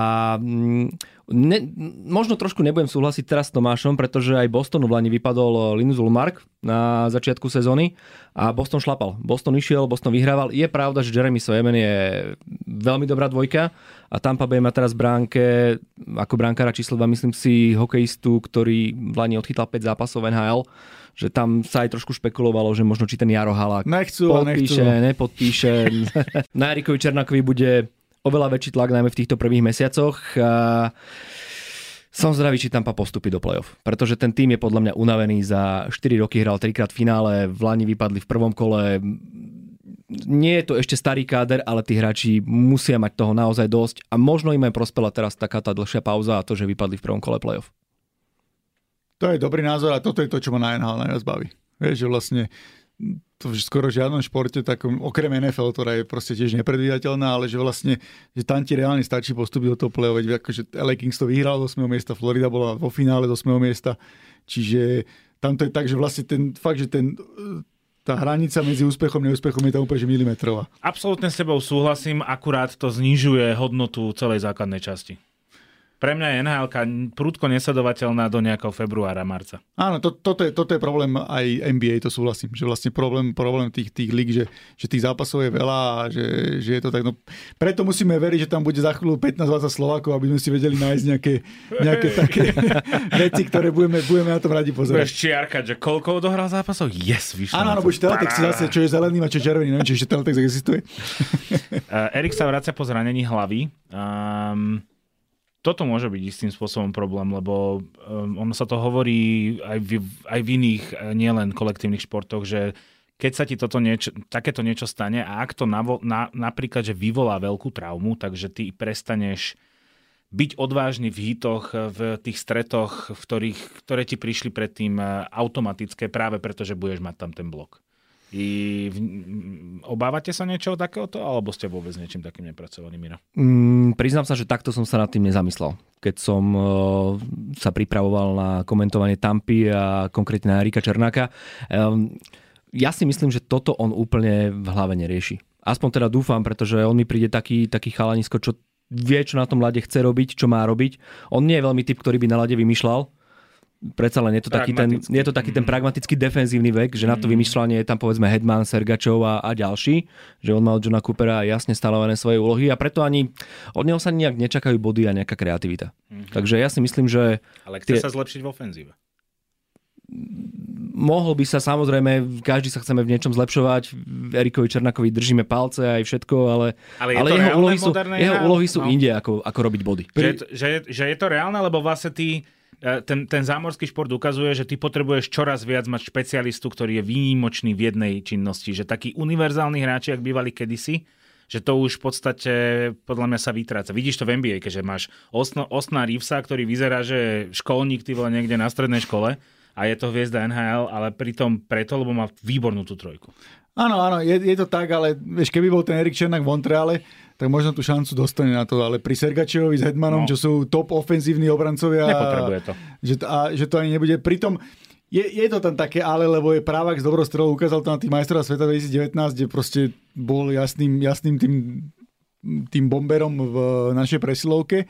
ne, možno trošku nebudem súhlasiť teraz s Tomášom, pretože aj Bostonu v Lani vypadol Linus Ullmark na začiatku sezóny a Boston šlapal. Boston išiel, Boston vyhrával. Je pravda, že Jeremy Swayman je veľmi dobrá dvojka a Tampa Bay má teraz v bránke ako brankára číslo dva, myslím si, hokejistu, ktorý v Lani odchytal päť zápasov en há el, že tam sa aj trošku špekulovalo, že možno či ten Jaro Halák nechcú, podpíše, nechcú. nepodpíše. Na Erikovi Černákovi bude oveľa väčší tlak najmä v týchto prvých mesiacoch. A som zdravý, či Tampa postupí do play-off. Pretože ten tým je podľa mňa unavený. Za štyri roky hral trikrát v finále, v Lani vypadli v prvom kole. Nie je to ešte starý káder, ale tí hráči musia mať toho naozaj dosť. A možno im aj prospela teraz taká tá dlhšia pauza a to, že vypadli v prvom kole play-off. To je dobrý názor a toto je to, čo ma na en há el najviac baví. Vieš, že vlastne to v skoro žiadnom športe, takom, okrem en ef el, ktorá je proste tiež nepredvídateľná, ale že vlastne, že tam ti reálne stačí postúpiť do toho play-off, veď akože el ej Kings to vyhral do ôsmeho miesta, Florida bola vo finále do ôsmeho miesta, čiže tam to je tak, že vlastne ten fakt, že ten tá hranica medzi úspechom a neúspechom je tam úplne milimetrová. Absolútne s tebou súhlasím, akurát to znižuje hodnotu celej základnej časti. Pre mňa je en há elka prudko nesledovateľná do nejakého februára, marca. Áno, to, toto, je, toto je problém aj en bí ej, to súhlasím. Že vlastne problém, problém tých, tých líg, že, že tých zápasov je veľa a že, že je to tak. No, preto musíme veriť, že tam bude za chvíľu pätnásť dvadsať Slovákov, aby sme si vedeli nájsť nejaké, nejaké také veci, ktoré budeme, budeme na tom radi pozerať. Budeš čiarkať, že koľko odohral zápasov? Yes, vyšlo. Áno, áno, buď teletext zase, čo je zelený a čo je červený. Neviem, či ešte teletext existuje. uh, Erik sa vracia po zranení hlavy. Um, Toto môže byť istým spôsobom problém, lebo um, ono sa to hovorí aj v, aj v iných, nielen kolektívnych športoch, že keď sa ti toto niečo, takéto niečo stane a ak to navo, na, napríklad, že vyvolá veľkú traumu, takže ty prestaneš byť odvážny v hitoch, v tých stretoch, v ktorých, ktoré ti prišli predtým automatické, práve preto, že budeš mať tam ten blok. I v... Obávate sa niečoho takéhoto, alebo ste vôbec niečím takým nepracovali, Miro? Mm, priznám sa, že takto som sa nad tým nezamyslel. Keď som uh, sa pripravoval na komentovanie Tampy a konkrétne na Erika Černáka. Um, ja si myslím, že toto on úplne v hlave nerieši. Aspoň teda dúfam, pretože on mi príde taký, taký chalanisko, čo vie, čo na tom ľade chce robiť, čo má robiť. On nie je veľmi typ, ktorý by na ľade vymýšľal. Predsa len je to taký ten, je to taký ten pragmatický defenzívny vek, že na to vymýšľanie je tam povedzme Hedman, Sergačov a, a ďalší, že on mal od Johna Coopera jasne stanovené svoje úlohy a preto ani od neho sa nejak nečakajú body a nejaká kreativita. Mm-hmm. Takže ja si myslím, že... Ale chce tie... sa zlepšiť v ofenzíve. Mohol by sa, samozrejme, každý sa chceme v niečom zlepšovať, Erikovi Černákovi držíme palce aj všetko, ale, ale, ale jeho, úlohy sú, jeho úlohy sú no. inde, ako, ako robiť body. Že, že, že je to reálne, lebo vlastne ty Ten, ten zámorský šport ukazuje, že ty potrebuješ čoraz viac mať špecialistu, ktorý je výnimočný v jednej činnosti. Že takí univerzálni hráči, ak bývali kedysi, že to už v podstate podľa mňa sa vytráca. Vidíš to v en bí ej, že máš Osno, Osna Reevesa, ktorý vyzerá, že je školník ty vole niekde na strednej škole a je to hviezda en há el, ale pritom preto, lebo má výbornú tú trojku. Áno, áno, je, je to tak, ale vieš, keby bol ten Erik Černák v Montreale, tak možno tú šancu dostane na to, ale pri Sergačevovi s Hedmanom, no. čo sú top ofenzívni obrancovia, nepotrebuje to. Že, a, že to ani nebude. Pritom je, je to tam také ale, lebo je právak s dobrou strelou, ukázal to na tých majstrov sveta dvetisícdevätnásť, kde proste bol jasným, jasným tým, tým bomberom v našej presilovke.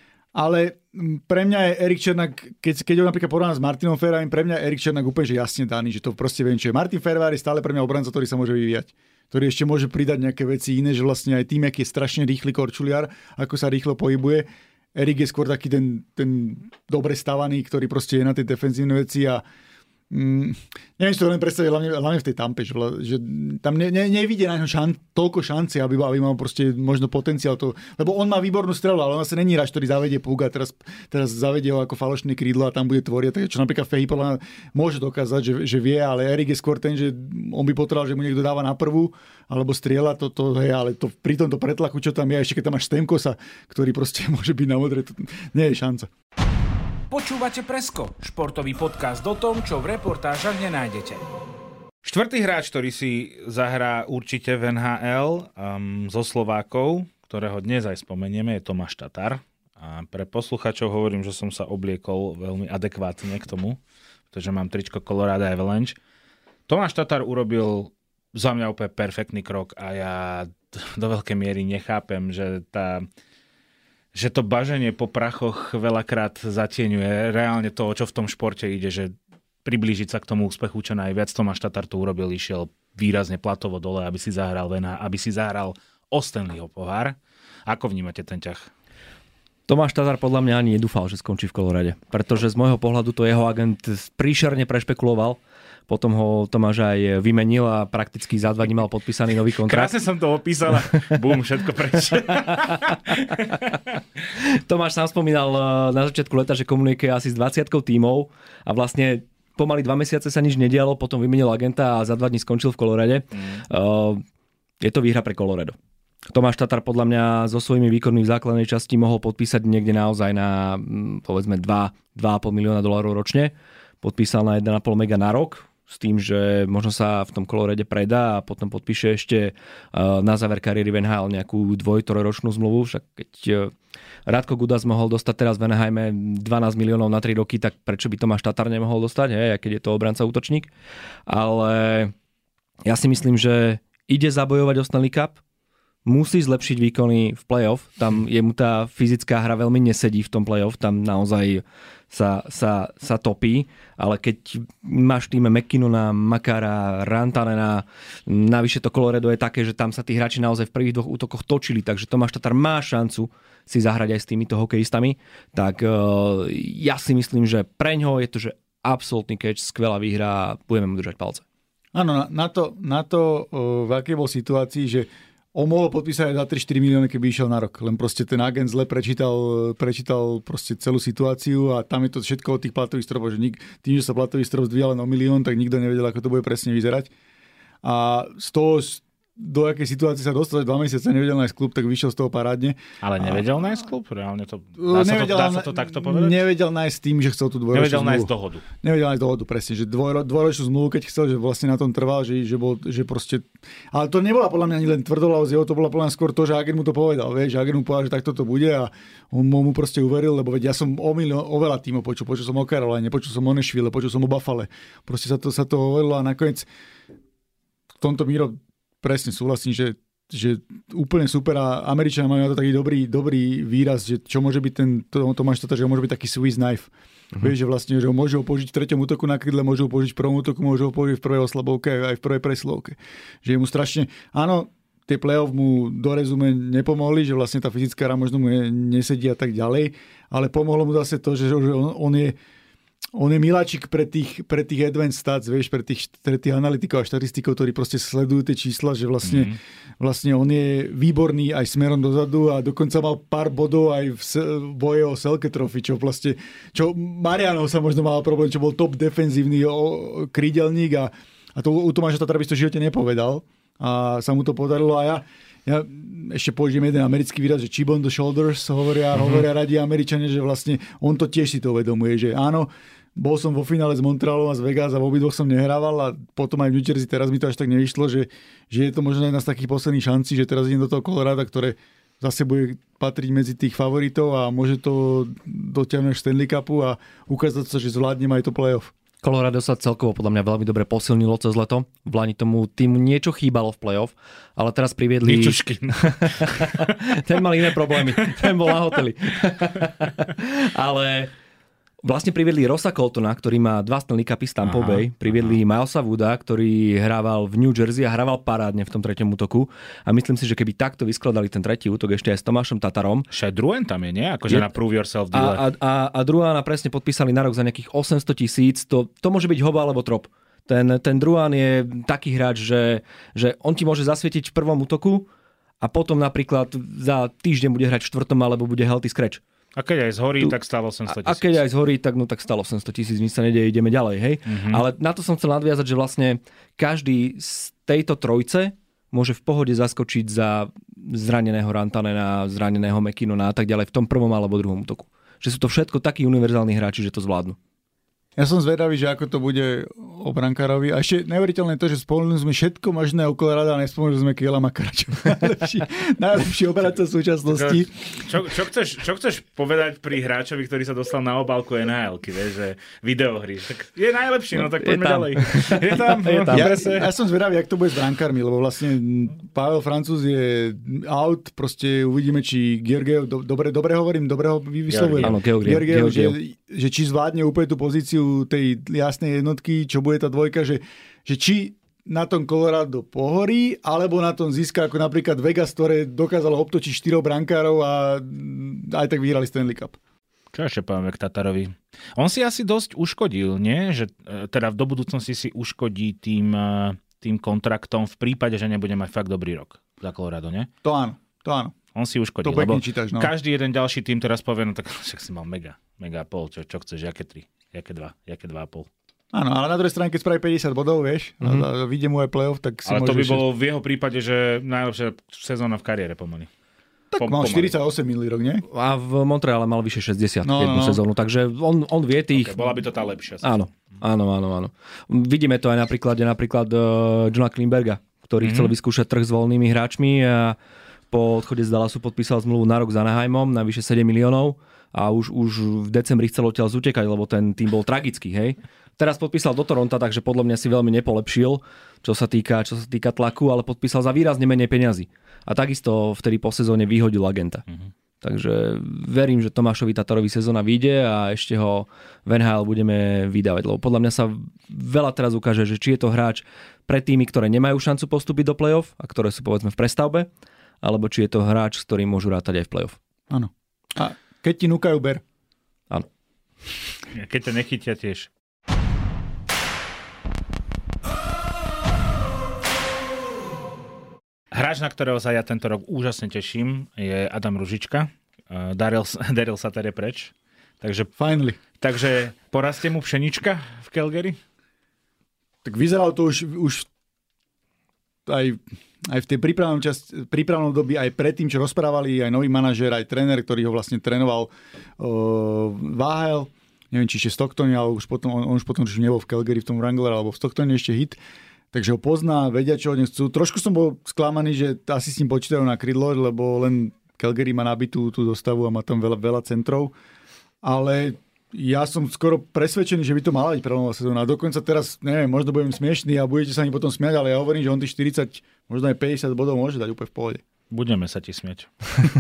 Ale pre mňa je Erik Černák, keď, keď ho napríklad porovnám s Martinom Fervárim, pre mňa je Erik Černák úplne že jasne daný, že to proste viem, čo je. Martin Fervár je stále pre mňa obranca, ktorý sa môže vyvíjať, ktorý ešte môže pridať nejaké veci iné, že vlastne aj tým, aký je strašne rýchly korčuliar, ako sa rýchlo pohybuje. Erik je skôr taký ten, ten dobre stavaný, ktorý proste je na tej defenzívnej veci a Mm, neviem si to len predstaviť, hlavne, hlavne v tej Tampe, že, že tam ne, ne, nevidie na ňo šan, toľko šanci, aby, aby mal proste možno potenciál to, lebo on má výbornú strelu, ale on asi není hráč, ktorý zavedie púk a teraz, teraz zavedie ho ako falošné krídlo a tam bude tvoriť, takže čo napríklad Fehy podľa mňa môže dokázať, že, že vie, ale Erik je skôr ten, že on by potreboval, že mu niekto dáva na prvú alebo strieľa, to, to hej, ale to, pri tomto pretlaku, čo tam je, ešte keď tam máš Stemkosa, ktorý proste môže byť na modre, to nie je šanca. Počúvate Presko, športový podcast o tom, čo v reportážach nenájdete. Štvrtý hráč, ktorý si zahrá určite v en há el um, zo Slovákov, ktorého dnes aj spomenieme, je Tomáš Tatar. A pre posluchačov hovorím, že som sa obliekol veľmi adekvátne k tomu, pretože mám tričko Colorado Avalanche. Tomáš Tatar urobil za mňa úplne perfektný krok a ja do veľkej miery nechápem, že tá... že to baženie po prachoch veľakrát zatieňuje reálne to, o čo v tom športe ide, že priblížiť sa k tomu úspechu čo najviac. Tomáš Tatar to urobil, išiel výrazne platovo dole, aby si zahral Vena, aby si zahral o Stanleyho pohár. Ako vnímate ten ťah? Tomáš Tatar podľa mňa ani nedúfal, že skončí v Kolorade, pretože z môjho pohľadu to jeho agent príšerne prešpekuloval. Potom ho Tomáš aj vymenil a prakticky za dva dní mal podpísaný nový kontrakt. Krásne som to opísal a bum, všetko preč. Tomáš sám spomínal na začiatku leta, že komunikuje asi s dvadsiatkou tímov a vlastne pomaly dva mesiace sa nič nedialo, potom vymenil agenta a za dva dní skončil v Kolorade. Mm. Je to výhra pre Colorado. Tomáš Tatar podľa mňa so svojimi výkonmi v základnej časti mohol podpísať niekde naozaj na povedzme dva a pol milióna dolárov ročne. Podpísal na jeden a pol mega na rok, s tým, že možno sa v tom Colorade predá a potom podpíše ešte na záver kariéry v en há el nejakú dvoj-trojročnú zmluvu. Však keď Radko Gudas mohol dostať teraz v Anaheime dvanásť miliónov na tri roky, tak prečo by Tomáš Tatar nemohol dostať, hej, keď je to obranca útočník. Ale ja si myslím, že ide zabojovať o Stanley Cup, musí zlepšiť výkony v play-off. Tam jemu tá fyzická hra veľmi nesedí v tom play-off. Tam naozaj sa, sa, sa topí. Ale keď máš v týme McKinnona, Makara, Rantanena, navyše to Colorado je také, že tam sa tí hráči naozaj v prvých dvoch útokoch točili. Takže Tomáš Tatar má šancu si zahrať aj s týmito hokejistami. Tak uh, ja si myslím, že preňho je to, že absolútny catch, skvelá výhra a budeme mu držať palce. Áno, na to, na to uh, v akej bol situácii, že on mohol podpísať aj za tri štyri milióny, keby išiel na rok. Len proste ten agent zle prečítal, prečítal proste celú situáciu a tam je to všetko od tých platových stropov. Že nik, tým, že sa platový strop zdvíjal len o milión, tak nikto nevedel, ako to bude presne vyzerať. a z toho, do akej situácie sa dostal, dva mesiace nevedel nájsť klub, tak vyšiel z toho parádne. Ale nevedel a... nájsť klub? Reálne to... Dá, sa to, dá sa to takto povedať? Nevedel nájsť tým, že chcel tú dvojročnú nevedel zmluvu. Nevedel nájsť dohodu. Nevedel nájsť dohodu, presne. Že dvoj, dvojročnú zmluvu, keď chcel, že vlastne na tom trval, že, že, bol, že proste... Ale to nebola podľa mňa ani len tvrdolávosť jeho, to bola podľa mňa skôr to, že agent mu to povedal. Vieš, že agent mu povedal, že takto to bude a on mu proste uveril, lebo veď ja som o milión, oveľa týmov počul. Počul som o Caroline, počul som o Nashville, počul som o Buffale. Proste sa to, sa to hovorilo a nakoniec v tomto Miro presne súhlasím, že že úplne super a Američania majú na to taký dobrý, dobrý výraz, že čo môže byť ten, to, Tomáš Tatar, že môže byť taký Swiss knife. Uh-huh. Vieš, že vlastne, že ho môžu ho použiť v treťom útoku na krydle, môžu ho použiť v prvom útoku, môžu ho použiť v prvej oslabovke aj v prvej presilovke. Že je mu strašne, áno, tie play-off mu do rezume nepomohli, že vlastne tá fyzická hra možno mu nesedí a tak ďalej, ale pomohlo mu zase to, že on, on je On je miláčik pre tých, pre tých advanced stats, vieš, pre tých, pre tých analytikov a štatistikov, ktorí proste sledujú tie čísla, že vlastne, mm-hmm. vlastne on je výborný aj smerom dozadu a dokonca mal pár bodov aj v boje o Selke Trophy, čo vlastne, čo Marianov sa možno mal problém, čo bol top defenzívny krídelník a, a to u Tomáša Tatara by si to v živote nepovedal a sa mu to podarilo a ja Ja ešte použijem jeden americký výraz, že chip on the shoulders, hovoria, mm-hmm. hovoria radi Američania, že vlastne on to tiež si to uvedomuje, že áno, bol som vo finále s Montrealom a z Vegas a v obidvoch som nehrával a potom aj v New Jersey, teraz mi to až tak nevyšlo, že, že je to možno jedna z takých posledných šancí, že teraz idem do toho Colorada, ktoré zase bude patriť medzi tých favoritov a môže to dotiahnuť Stanley Cupu a ukázať sa, že zvládnem aj to playoff. Colorado sa celkovo podľa mňa veľmi dobre posilnilo cez leto. V Lani tomu týmu niečo chýbalo v play-off, ale teraz priviedli... Niečošky. Ten mal iné problémy. Ten bol na hoteli. Ale vlastne priviedli Rossa Coltona, ktorý má dva Stanley Cupy z Tampa Bay. Priviedli Milesa Wooda, ktorý hrával v New Jersey a hrával parádne v tom treťom útoku. A myslím si, že keby takto vyskladali ten tretí útok ešte aj s Tomášom Tatarom. Še Drouin tam je, nie? Akože je... na prove yourself deal. A, a, a Drouina presne podpísali na rok za nejakých osemsto tisíc. To, to môže byť hoba alebo trop. Ten, ten Drouin je taký hráč, že, že on ti môže zasvietiť v prvom útoku a potom napríklad za týždeň bude hrať v štvrtom alebo bude healthy scratch. A keď aj zhorí, tu, tak stalo osemsto tisíc. A keď aj zhorí, tak no tak stalo osemsto tisíc, nič sa nedieje, ideme ďalej, hej. Mm-hmm. Ale na to som chcel nadviazať, že vlastne každý z tejto trojce môže v pohode zaskočiť za zraneného Rantanena, zraneného McKinnona a tak ďalej v tom prvom alebo druhom útoku. Že sú to všetko takí univerzálni hráči, že to zvládnu. Ja som zvedavý, že ako to bude o brankárovi. A ešte neuveriteľné to, že spomenuli sme všetko možné okolo rada a nespomenuli sme Kiela Makarača. najlepší, najlepší operátor v súčasnosti. Čo, čo, chceš, čo chceš povedať pri hráčovi, ktorý sa dostal na obálku en há elky, vieš, že videohry. Tak je najlepší, no tak poďme ďalej. Je tam, no, je tam. Ja, ja som zvedavý, jak to bude s brankármi, lebo vlastne Pavel Francúz je out, proste uvidíme, či Georgiev, do, dobre, dobre hovorím, dobre ho vyslovujem. Áno, Georgiev, že, že či zvládne úplne tú pozíciu tej jasnej jednotky, čo bude tá dvojka, že, že či na tom Colorado pohorí, alebo na tom získa ako napríklad Vegas, ktoré dokázalo obtočiť štyroch brankárov a aj tak vyhrali Stanley Cup. Čo ešte povieme k Tatarovi? On si asi dosť uškodil, nie? Že teda do budúcnosti si uškodí tým, tým kontraktom v prípade, že nebude mať fakt dobrý rok za Colorado, nie? To áno, to áno. On si uškodil, to lebo čítaš, no. Každý jeden ďalší tým teraz povie, no tak však si mal mega, mega pol, čo, čo chceš, jaké tri, jaké dva, jaké dva a pol. Áno, ale na druhej strane, keď spraví päťdesiat bodov, vieš, mm-hmm. a vyjde mu aj playoff, tak si ale môže... Ale to by bolo v jeho prípade, že najlepšia sezóna v kariére pomaly. Tak mal štyridsaťosem minulý rok, nie? A v Montreale mal vyše šesťdesiat no, jednu no. sezónu, takže on, on vie tých... Okay, bola by to tá lepšia sezóna. Áno, áno, áno, áno. Vidíme to aj na príklade napríklad uh, Johna Klingberga, ktorý mm-hmm. chcel vyskúšať trh s voľnými hráčmi a po odchode z Dallasu podpísal zmluvu na rok s Anaheimom na vyše sedem miliónov a už, už v decembri chcel odtiaľ zutekať, lebo ten tým bol tragický, hej. Teraz podpísal do Toronta, takže podľa mňa si veľmi nepolepšil, čo sa týka, čo sa týka tlaku, ale podpísal za výrazne menej peňazí. A takisto vtedy po sezóne vyhodil agenta. Mm-hmm. Takže verím, že Tomášovi Tatarovi sezóna vyjde a ešte ho v en há el budeme vydávať, lebo podľa mňa sa veľa teraz ukáže, že či je to hráč pre týmy, ktoré nemajú šancu postúpiť do play-off a ktoré sú povedzme v prestavbe, alebo či je to hráč, s ktorým môžu rátať aj v play-off. Áno. A keď ti núkajú, ber. Áno. Keď to nechytia tiež. Hráč, na ktorého sa ja tento rok úžasne teším, je Adam Ružička. Daril, Daril sa teda preč. Takže, Finally. takže porastie mu pšenička v Calgary? Tak vyzeralo to už, už aj, aj v tej prípravnom, čas, prípravnom dobi, aj predtým, čo rozprávali, aj nový manažér, aj tréner, ktorý ho vlastne trénoval uh, Váhel, neviem, či ešte Stocktone, ale už potom, on, on už potom už nebol v Calgary, v tom Wrangler, alebo v Stocktone ešte hit. Takže ho pozná, vedia, čo od neho chcú. Trošku som bol sklamaný, že asi s ním počítajú na krydlo, lebo len Calgary má nabitú tú dostavu a má tam veľa, veľa centrov. Ale ja som skoro presvedčený, že by to mala byť prelomová sezóna. A dokonca teraz, neviem, možno budem smiešný a budete sa mi potom smiať, ale ja hovorím, že on tých štyridsať, možno aj päťdesiat bodov môže dať úplne v pohode. Budeme sa ti smieť.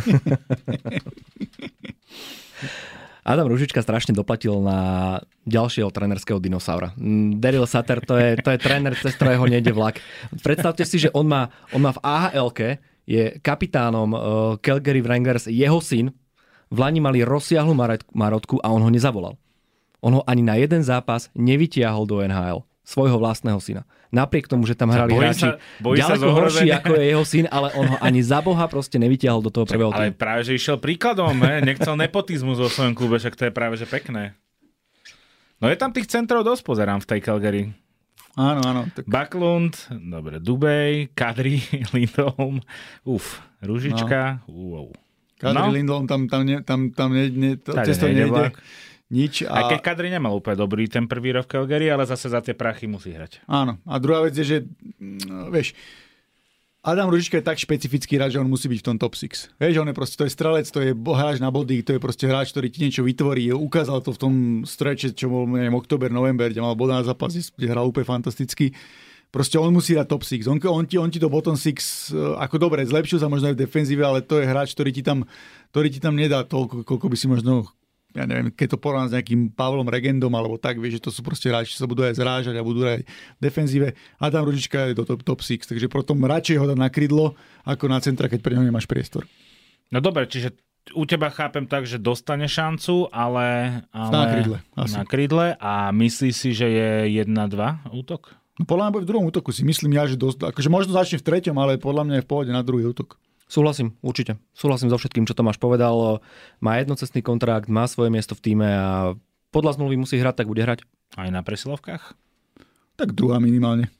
Adam Ružička strašne doplatil na ďalšieho trénerského dinosaura. Daryl Sutter, to je, to je tréner, cez ktorého nejde vlak. Predstavte si, že on má, on má v á há elke, je kapitánom uh, Calgary Wranglers, jeho syn. V Lani mali rozsiahlu marotku a on ho nezavolal. On ho ani na jeden zápas nevytiahol do en há el. Svojho vlastného syna. Napriek tomu, že tam hrali bojí hráči sa, bojí ďaleko sa horší, ako je jeho syn, ale on ho ani za Boha proste nevytiahol do toho prvého týmu. Ale práve, že išiel príkladom, he? Nechcel nepotizmus vo svojom klube, však to je práve, že pekné. No je tam tých centrov dosť, pozerám v tej Calgary. Áno, áno. Tak... Backlund, dobre, Dubej, Kadri, Lindholm, uf, Ružička, no. Wow. Kadri, no. Lindholm, tam, tam, ne, tam, tam ne, ne, to, cesto nejde. Nič. A... Aj keď Kadri nemal úplne dobrý ten prvý rok v Calgary, ale zase za tie prachy musí hrať. Áno. A druhá vec je, že vieš, Adam Ružička je tak špecifický hráč, že on musí byť v tom top šesť. Vieš, on je proste, to je strelec, to je hráč na body, to je proste hráč, ktorý ti niečo vytvorí. Ukázal to v tom streče, čo bol, neviem, október, november, kde mal bod na zápas, kde hral úplne fantasticky. Proste on musí dať top šesť. On, on, ti, on ti to bottom šesť, ako dobre, zlepšil sa možno aj v defenzíve, ale to je hráč, ktorý ti tam, ktorý ti tam nedá toľko, koľko by si možno... Ja neviem, keď to porovnám s nejakým Pavlom Regendom alebo tak, vieš, že to sú proste hráči, sa budú aj zrážať a budú aj v defenzíve. Adam Ružička je do top, top šesť, takže potom radšej ho dať na krydlo, ako na centra, keď pre neho nemáš priestor. No dobre, čiže u teba chápem tak, že dostane šancu, ale... ale na krydle. Asi. Na krydle a myslíš si, že je jedna dva útok? No podľa mňa bude v druhom útoku, si myslím ja, že dosť, akože možno začne v treťom, ale podľa mňa je v pohode na druhý útok. Súhlasím, určite. Súhlasím so všetkým, čo Tomáš povedal. Má jednocestný kontrakt, má svoje miesto v tíme a podľa zmluvy musí hrať, tak bude hrať. Aj na presilovkách? Tak druhá minimálne.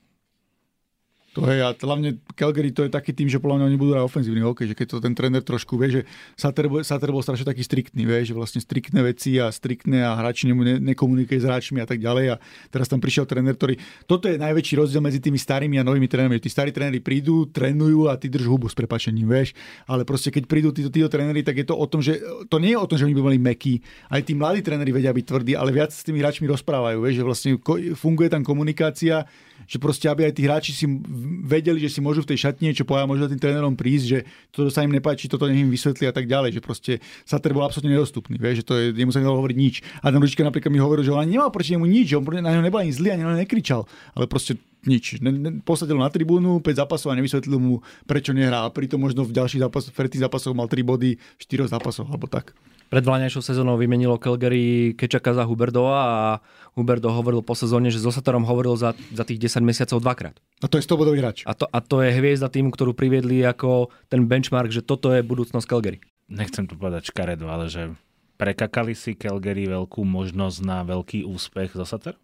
To je, a hlavne Calgary to je taký tým, že podľa mňa oni budú hrať ofenzívny hokej, že keď to ten tréner trošku vie, že Sutter, Sutter bol strašne taký striktný, vie, že vlastne striktné veci a striktné a hráči nemu ne, nekomunikuje s hráčmi a tak ďalej a teraz tam prišiel tréner, ktorý, toto je najväčší rozdiel medzi tými starými a novými trénermi. Tí starí tréneri prídu, trénujú a ty drž hubu s prepáčením, vieš, ale proste keď prídu títo, títo tréneri, tak je to o tom, že to nie je o tom, že oni by boli mäkkí, aj tí mladí tréneri vedia byť tvrdí, ale viac s tými hráčmi rozprávajú, vieš, že vlastne funguje tam komunikácia, že proste aby aj tí hráči si vedeli, že si môžu v tej šatni niečo povedať, môžu tým trénerom prísť, že toto sa im nepáči, toto nech im vysvetlí a tak ďalej, že proste Sutter bol absolútne nedostupný, vieš, že to je, jemu sa nedalo hovoriť nič. Adam Ružička napríklad mi hovoril, že on ani nemal proti nemu nič, že on na neho nebol ani zlý, ani on nekričal, ale proste nič. Ne, ne, posadil na tribúnu, päť zápasov a nevysvetlil mu, prečo nehrá. A pritom možno v ďalších zápasoch, v tých zápasoch mal tri body, štyri zápasov, alebo tak. Pred vláňajšou sezónou vymenilo Calgary Kečaka za Huberdeau a Huberdeau hovoril po sezóne, že so Sutterom hovoril za, za tých desať mesiacov dvakrát. A to je stobodový hráč. A to, a to je hviezda týmu, ktorú priviedli ako ten benchmark, že toto je budúcnosť Calgary. Nechcem to povedať škaredo, ale že prekakali si Calgary veľkú možnosť na veľký úspech so Sutterom?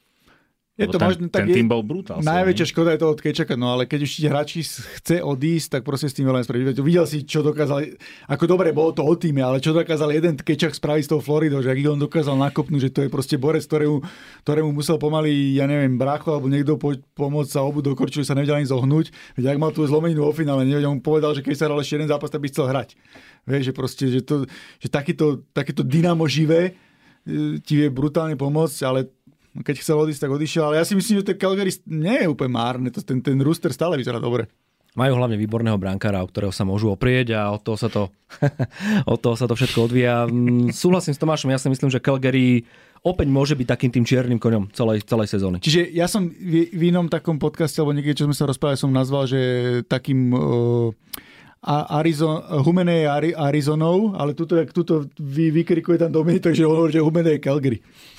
Je to ten, možno, tak ten je, tým bol brutál. Najväčšia škoda je to od Kečaka, no ale keď už hráči chce odísť, tak proste s tým veľa nespraviť. Videl si, čo dokázal, ako dobre bolo to o týme, ale čo dokázal jeden Kečak spraviť s tou Floridou, že ak on dokázal nakopnúť, že to je proste borec, ktorému, ktorému musel pomaly, ja neviem, brácho alebo niekto po, pomôcť sa obu do korču, že sa nevedel ani zohnúť. Veď ak mal tú zlomeninu vo finále, nevedel, on povedal, že keď sa hral ešte jeden zápas, tak by chcel hrať. Vieš, že proste, že, to, že takýto, takéto dynamo živé ti vie brutálne pomôcť, ale keď chcel odísť, tak odišiel. Ale ja si myslím, že ten Calgary nie je úplne márne. Ten, ten rooster stále vyzerá dobre. Majú hlavne výborného brankára, o ktorého sa môžu oprieť a od toho sa to, od toho sa to všetko odvíja. Súhlasím s Tomášom, ja si myslím, že Calgary opäť môže byť takým tým čiernym koňom celej, celej sezóny. Čiže ja som v, v inom takom podcaste, alebo niekde, čo sme sa rozprávali, som nazval, že takým... Uh, Arizona, Humene je Arizonou, ale tuto, jak tuto vy, vykrikuje tam Dominik, takže on hovorí, že Humene je Calgary.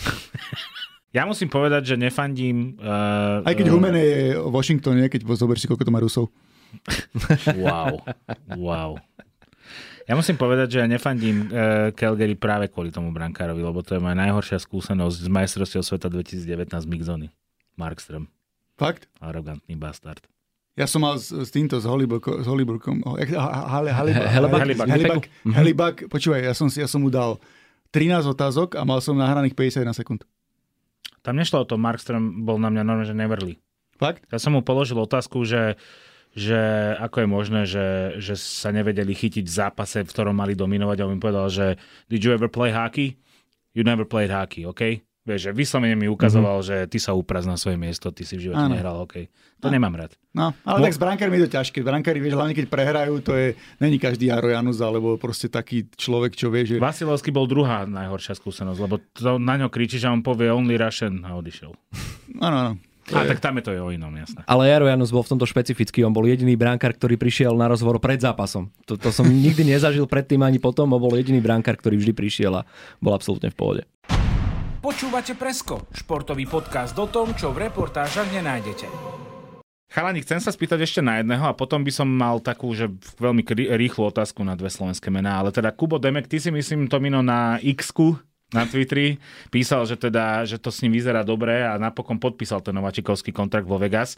Ja musím povedať, že nefandím... Uh, Aj keď uh, Humene je v Washingtone, keď zober si, koľko to má Rusov. Wow. Wow. Ja musím povedať, že ja nefandím uh, Calgary práve kvôli tomu brankárovi, lebo to je moja najhoršia skúsenosť z majstrovstiev sveta dvetisícdevätnásť Mixony. Markström. Fakt? Arogantný bastard. Ja som mal s, s týmto, s Hollybrookom, s Hollybrookom Helibak. Helibak, počúvaj, ja som, ja som mu dal trinásť otázok a mal som nahraných päťdesiatjeden sekúnd. Tam nešlo o to, Markström bol na mňa normálne, že neverlý. Fakt? Ja som mu položil otázku, že, že ako je možné, že, že sa nevedeli chytiť v zápase, v ktorom mali dominovať, a on mi povedal, že did you ever play hockey? You never played hockey, OK? Vieš, že vyslovene mi ukazoval, mm-hmm. že ty sa upraz na svoje miesto, ty si v živote Áno. nehral hokej. To no. nemám rád. No, ale Mo... tak s brankármi je to ťažké. Brankári, vieš, hlavne keď prehrajú, to je, není každý Jaro Janus, alebo proste taký človek, čo vie, že... Vasilovský bol druhá najhoršia skúsenosť, lebo to na ňo kričí, že on povie only Russian a odišiel. Áno, áno. A tak tam je to je o inom, jasné. Ale Jaro Janus bol v tomto špecifický. On bol jediný brankár, ktorý prišiel na rozhovor pred zápasom. To, to som nikdy nezažil predtým ani potom. On bol jediný brankár, ktorý vždy prišiel a bol absolútne v pohode. Počúvate Presko, športový podcast o tom, čo v reportážach nenájdete. Chalani, chcem sa spýtať ešte na jedného a potom by som mal takú, že veľmi rýchlu otázku na dve slovenské mená. Ale teda Kubo Demek, ty si myslím, Tomino, na X-ku na Twitteri písal, že teda, že to s ním vyzerá dobre a napokon podpísal ten nováčikovský kontrakt vo Vegas.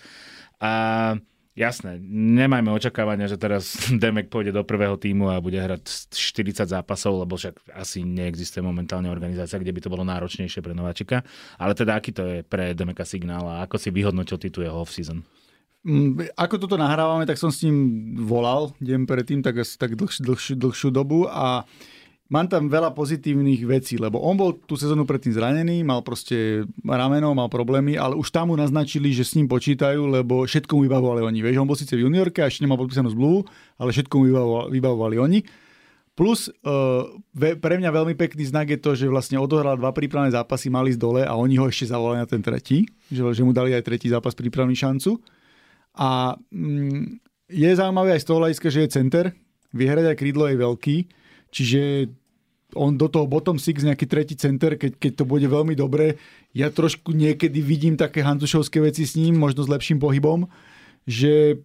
A jasné, nemajme očakávania, že teraz Demek pôjde do prvého tímu a bude hrať štyridsať zápasov, lebo však asi neexistuje momentálne organizácia, kde by to bolo náročnejšie pre nováčika. Ale teda aký to je pre Demeka signál a ako si vyhodnotil ty tu jeho off-season? Ako toto nahrávame, tak som s ním volal deň predtým, tak, tak dlhš, dlhš, dlhšiu dobu a mám tam veľa pozitívnych vecí, lebo on bol tú sezónu predtým zranený, mal proste rameno, mal problémy, ale už tam mu naznačili, že s ním počítajú, lebo všetko mu vybavovali oni. Vieš, on bol síce v juniorke a ešte nemal podpísanú zmluvu, ale všetko mu vybavovali, vybavovali oni. Plus uh, pre mňa veľmi pekný znak je to, že vlastne odohral dva prípravné zápasy, mali ísť dole a oni ho ešte zavolali na ten tretí, že, že mu dali aj tretí zápas prípravný šancu. A mm, je zaujímavé aj z toho hľadiska, že je center, vyhrať aj krídlo je veľký. Čiže on do toho bottom six, nejaký tretí center, keď, keď to bude veľmi dobre. Ja trošku niekedy vidím také hantušovské veci s ním, možno s lepším pohybom, že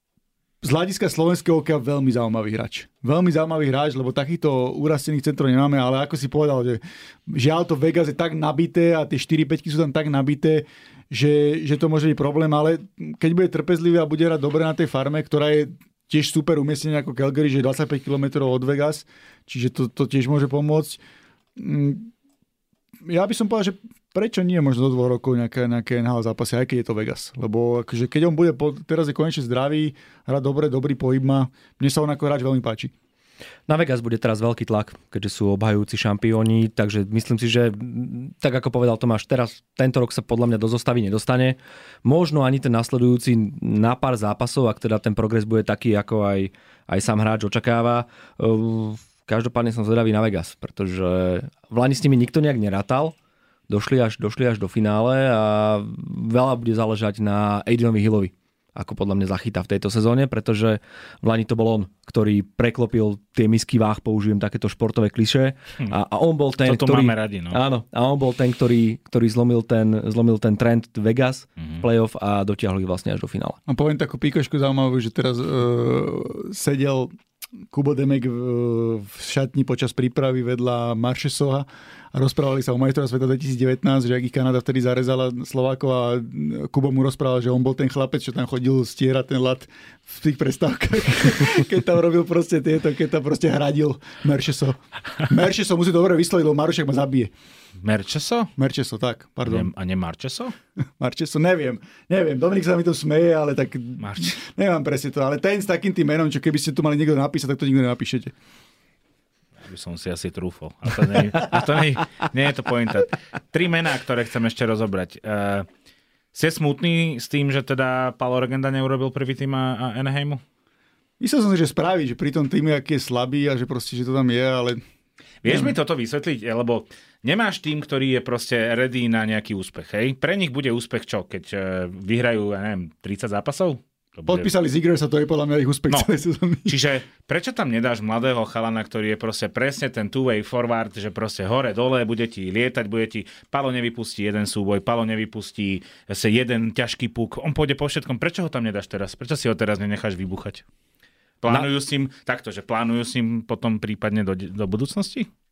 z hľadiska slovenského hokeja veľmi zaujímavý hráč. Veľmi zaujímavý hráč, lebo takýchto urastených centrov nemáme, ale ako si povedal, že žiaľ to Vegas je tak nabité a tie štyri päťky sú tam tak nabité, že, že to môže byť problém, ale keď bude trpezlivý a bude hrať dobre na tej farme, ktorá je tiež super umiestnenie ako Calgary, že je dvadsaťpäť kilometrov od Vegas, čiže to, to tiež môže pomôcť. Ja by som povedal, že prečo nie možno do dvoch rokov nejaké, nejaké en há el zápasy, aj keď je to Vegas. Lebo akože keď on bude, po, teraz je konečne zdravý, hrá dobre, dobrý pohyb má, mne sa on ako hráč veľmi páči. Na Vegas bude teraz veľký tlak, keďže sú obhajujúci šampióni, takže myslím si, že tak ako povedal Tomáš, teraz tento rok sa podľa mňa do zostavy nedostane. Možno ani ten nasledujúci na pár zápasov, ak teda ten progres bude taký, ako aj, aj sám hráč očakáva. Každopádne som zvedavý na Vegas, pretože v Lani s nimi nikto nejak nerátal. Došli až, došli až do finále a veľa bude záležať na Aidenovi Hillovi, ako podľa mňa zachytá v tejto sezóne, pretože v Lani to bol on, ktorý preklopil tie misky váh, použijem takéto športové klišé. Hm. A, a on bol ten, Toto ktorý... máme radi, no. Áno, a on bol ten, ktorý, ktorý zlomil, ten, zlomil ten trend Vegas mm-hmm. playoff a dotiahol ich vlastne až do finále. A poviem takú píkošku zaujímavú, že teraz uh, sedel Kubo Demek v, v šatni počas prípravy vedľa Marchessaulta a rozprávali sa o majstrovstve sveta dvetisícdevätnásť, že ak ich Kanada vtedy zarezala Slovákov a Kubo mu rozprával, že on bol ten chlapec, čo tam chodil stierať ten lat v tých prestávkach, keď tam robil proste tieto, keď tam proste hradil Marchessault. Marchessault musí dobre vysloviť, lebo Marušek ma zabije. Merčeso? Merčeso, tak, pardon. A ne Marčeso? Marčeso, neviem. Neviem, Dominik sa mi to smeje, ale tak Marč. Nemám presne to. Ale ten s takým tým menom, čo keby ste tu mali niekto napísať, tak to nikto nenapíšete. Ja by som si asi trúfol. A to, nie, a to nie, nie je to pointa. Tri mená, ktoré chcem ešte rozobrať. Uh, ste smutný s tým, že teda Paolo Regenda neurobil prvý tým a, a Anaheimu? Myslel som si, že spraví, že pri tom týme, aký je slabý a že proste, že to tam je, ale... Vieš mi toto vysvetliť? Lebo nemáš tým, ktorý je proste ready na nejaký úspech. Hej? Pre nich bude úspech čo? Keď vyhrajú, ja neviem, tridsať zápasov? Bude... Podpísali Ziggers a to je podľa mňa ich úspech no. celej sezóny. Čiže prečo tam nedáš mladého chalana, ktorý je proste presne ten two-way forward, že proste hore, dole, bude ti lietať, bude ti... Palo nevypustí jeden súboj, Palo nevypustí zase jeden ťažký puk. On pôjde po všetkom. Prečo ho tam nedáš teraz? Prečo si ho teraz nenecháš vybuchať? Plánujú Na... s ním takto, že plánujú s ním potom prípadne do, do budúcnosti?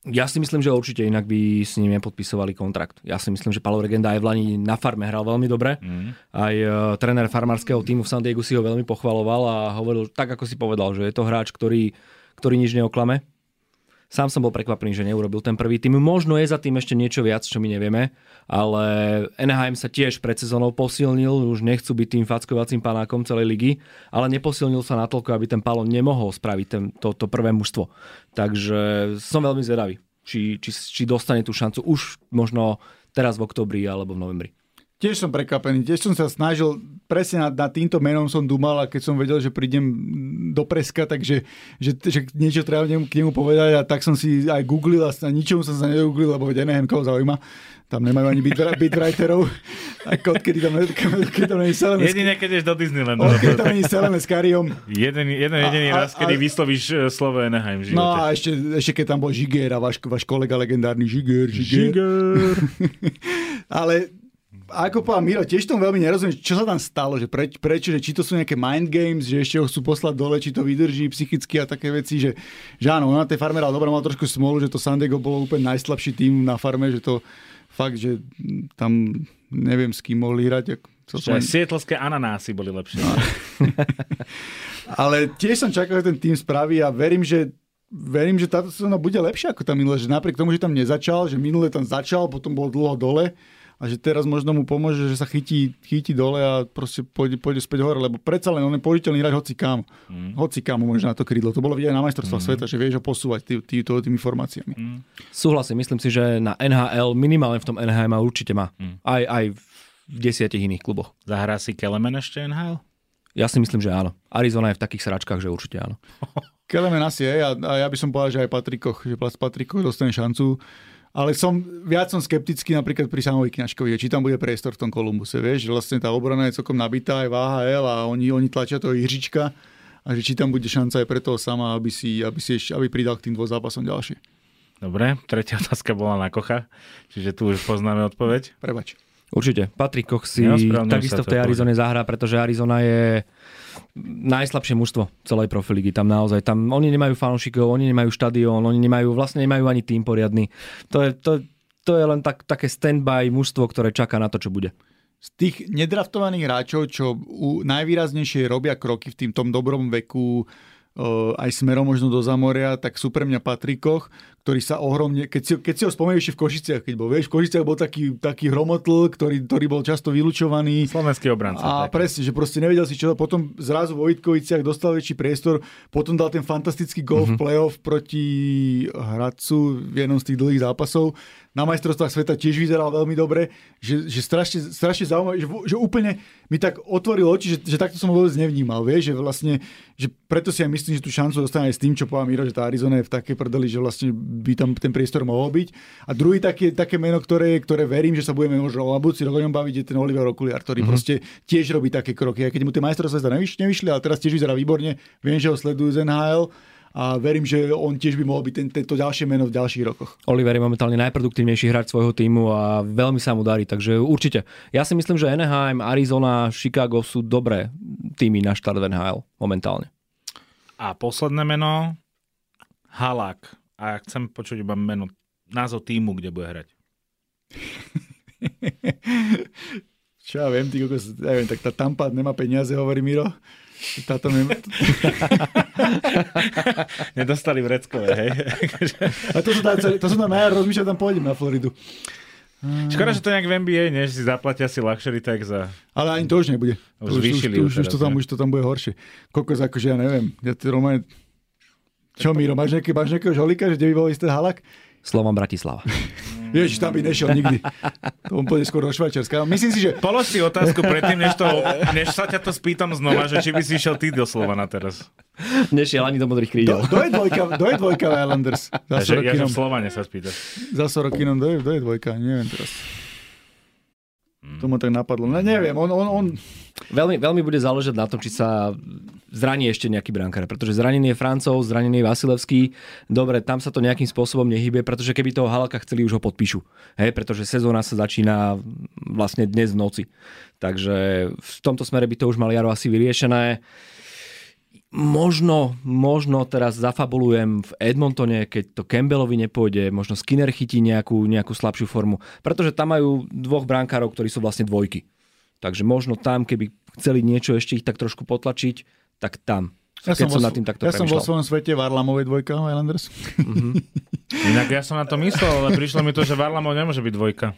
Ja si myslím, že určite inak by s ním nepodpisovali kontrakt. Ja si myslím, že Paulo Regenda aj v Lani na farme hral veľmi dobre. Mm. Aj uh, tréner farmárskeho tímu v San Diegu si ho veľmi pochvaloval a hovoril tak, ako si povedal, že je to hráč, ktorý, ktorý nič neoklame. Sám som bol prekvapený, že neurobil ten prvý tým. Možno je za tým ešte niečo viac, čo my nevieme, ale Anaheim sa tiež pred sezónou posilnil, už nechcú byť tým fackovacím panákom celej ligy, ale neposilnil sa natoľko, aby ten Paulo nemohol spraviť ten, to, to prvé mužstvo. Takže som veľmi zvedavý, či, či, či dostane tú šancu už možno teraz v októbri alebo v novembri. Tiež som prekvapený, tiež som sa snažil, presne nad, nad týmto menom som dúmal a keď som vedel, že prídem do Preska, takže že, že niečo treba k nemu povedať a tak som si aj googlil a ničomu som sa negooglil, lebo veď Anaheim koho zaujíma. Tam nemajú ani beatwriterov. Ako odkedy tam, keď tam není Selene... Jedine, keď ješ do Disneylandu. Odkedy tam není Selene s Kariom. Jeden, jeden jediný a, raz, a, kedy a, vyslovíš slovo Anaheim v živote. No a ešte, ešte keď tam bol Žiger a váš, váš kolega legendárny Žiger. Žiger. Žiger. Ale... A ako povedal Miro, tiež tomu veľmi nerozumiem, čo sa tam stalo, že preč, prečo, že či to sú nejaké mind games, že ešte ho chcú poslať dole, či to vydrží psychicky a také veci, že, že áno, na tej farme ale dobre mal trošku smolu, že to San Diego bolo úplne najslabší tým na farme, že to fakt, že tam neviem s kým mohli hrať. Čo aj sietlské ananásy boli lepšie. No. Ale tiež som čakal, že ten tým spraví a verím, že verím, že táto sezóna bude lepšia ako tá minulé, že napriek tomu, že tam nezačal, že minulé tam začal, potom bol dlho dole, a že teraz možno mu pomôže, že sa chytí, chytí dole a proste pôjde, pôjde späť hore, lebo predsa len on je použiteľný hráč hoci kam. Mm. Hoci kam môže na to krídlo. To bolo vidieť na majstrovstvách mm. sveta, že vieš ho posúvať tý, tý, tý, tými formáciami. Mm. Súhlasím, myslím si, že na en há el minimálne v tom Anaheim určite má. Mm. Aj, aj v desiatich iných kluboch. Zahrá si Kelemen ešte en há el? Ja si myslím, že áno. Arizona je v takých sračkách, že určite áno. Kelemen asi je a, a ja by som povedal, že aj Patrikoch, že Patrikoch dostane šancu. Ale som, viac som skeptický napríklad pri Samovi Kňažkovi, či tam bude priestor v tom Kolumbuse, vieš, že vlastne tá obrana je celkom nabitá aj v á há el a oni, oni tlačia toho Jiříčka a že či tam bude šanca aj pre toho sama, aby si, aby si ešte, aby pridal k tým dvom zápasom ďalšie. Dobre, tretia otázka bola na Kocha, čiže tu už poznáme odpoveď. Prebač. Určite. Patrick Koch si takisto v tej Arizone zahrá, pretože Arizona je najslabšie mužstvo celej profiligy. Tam naozaj, tam oni nemajú fanúšikov, oni nemajú štadión, oni nemajú, vlastne nemajú ani tým poriadny. To je, to, to je len tak, také stand-by mužstvo, ktoré čaká na to, čo bude. Z tých nedraftovaných hráčov, čo u, najvýraznejšie robia kroky v tým tom dobrom veku, aj smerom možno do Zamoria, tak sú pre mňa Patrick Koch, ktorý sa ohromne, keď si, keď si ho spomenieš ešte v Košiciach, keď bol, vieš, v Košiciach bol taký, taký hromotl, ktorý, ktorý bol často vylúčovaný. Slovenský obranca. A tak. Presne, že proste nevedel si čo, potom zrazu vo Vojtkoviciach dostal väčší priestor, potom dal ten fantastický gól mm-hmm. v play-off proti Hradcu v jednom z tých dlhých zápasov. Na majstrovstvách sveta tiež vyzeral veľmi dobre, že, že strašne, strašne zaujímavé, že, že úplne mi tak otvoril oči, že, že takto som ho vôbec nevnímal, vieš, že vlastne, že preto si aj myslím, že tú šancu dostane aj s tým, čo povedal Miro, že tá Arizona je v takej prdeli, že vlastne by tam ten priestor mohol byť. A druhý také, také meno, ktoré, ktoré verím, že sa budeme možno o budúci rok o ňom baviť, je ten Oliver Okuliar, ktorý mm-hmm. proste tiež robí také kroky. A keď mu tie majstrovstvá sveta nevyšli, ale teraz tiež vyzerá výborne, viem, že ho sledujú z en há el, a verím, že on tiež by mohol byť ten, tento ďalšie meno v ďalších rokoch. Oliver je momentálne najproduktívnejší hráč svojho týmu a veľmi sa mu darí, takže určite. Ja si myslím, že Anaheim, Arizona, Chicago sú dobré týmy na štart v en há el momentálne. A posledné meno Halák. A ja chcem počuť iba meno, názov týmu, kde bude hrať. Čo ja viem, ty kokos, ja viem, tak tá Tampa nemá peniaze, hovorí Miro. Táto mimo... Nedostali vreckové, hej? A to sú tam, to sú tam najár rozmýšľať, tam pôjdem na Floridu. Škoda, že to nejak v en bé á, nie? Že si zaplatia si luxury tax za... Ale ani to už nebude. Už, už, zvýšili už, už, už, to tam, už to tam bude horšie. Kokos, akože ja neviem. Ja ty, Roman... Čo, Miro, máš, nejaký, máš nejakého žolika, že kde by bol istý Halak? Slovan Bratislava. Ježiš, tam by nešiel nikdy. To on pôjde skôr do Švajčiarska. Myslím si, že... Polož si otázku predtým, než, to, než sa ťa to spýtam znova, že či by si išiel ty do Slovana teraz. Nešiel ani do modrých krídel. Do, do je dvojka, do je dvojka v Islanders. Za ja, že v Slovane sa spýtaš. Za Sorokinom, do je, do je dvojka, neviem teraz. To ma tak napadlo. No neviem, on... on, on... Veľmi, veľmi bude záležať na tom, či sa zraní ešte nejaký brankár, pretože zranený je Francov, zranený je Vasilevský. Dobre, tam sa to nejakým spôsobom nehybe, pretože keby toho Halaka chceli, už ho podpíšu. Hej, pretože sezóna sa začína vlastne dnes v noci. Takže v tomto smere by to už mal Jaro asi vyriešené. Možno, možno teraz zafabulujem v Edmontone, keď to Campbellovi nepôjde, možno Skinner chytí nejakú, nejakú slabšiu formu, pretože tam majú dvoch brankárov, ktorí sú vlastne dvojky. Takže možno tam, keby chceli niečo ešte ich tak trošku potlačiť, tak tam. Ja keď som, som vo, nad tým takto ja premýšľal. som vo svojom svete Varlamovej dvojka Islanders. Mm-hmm. Inak ja som na to myslel, ale prišlo mi to, že Varlamov nemôže byť dvojka.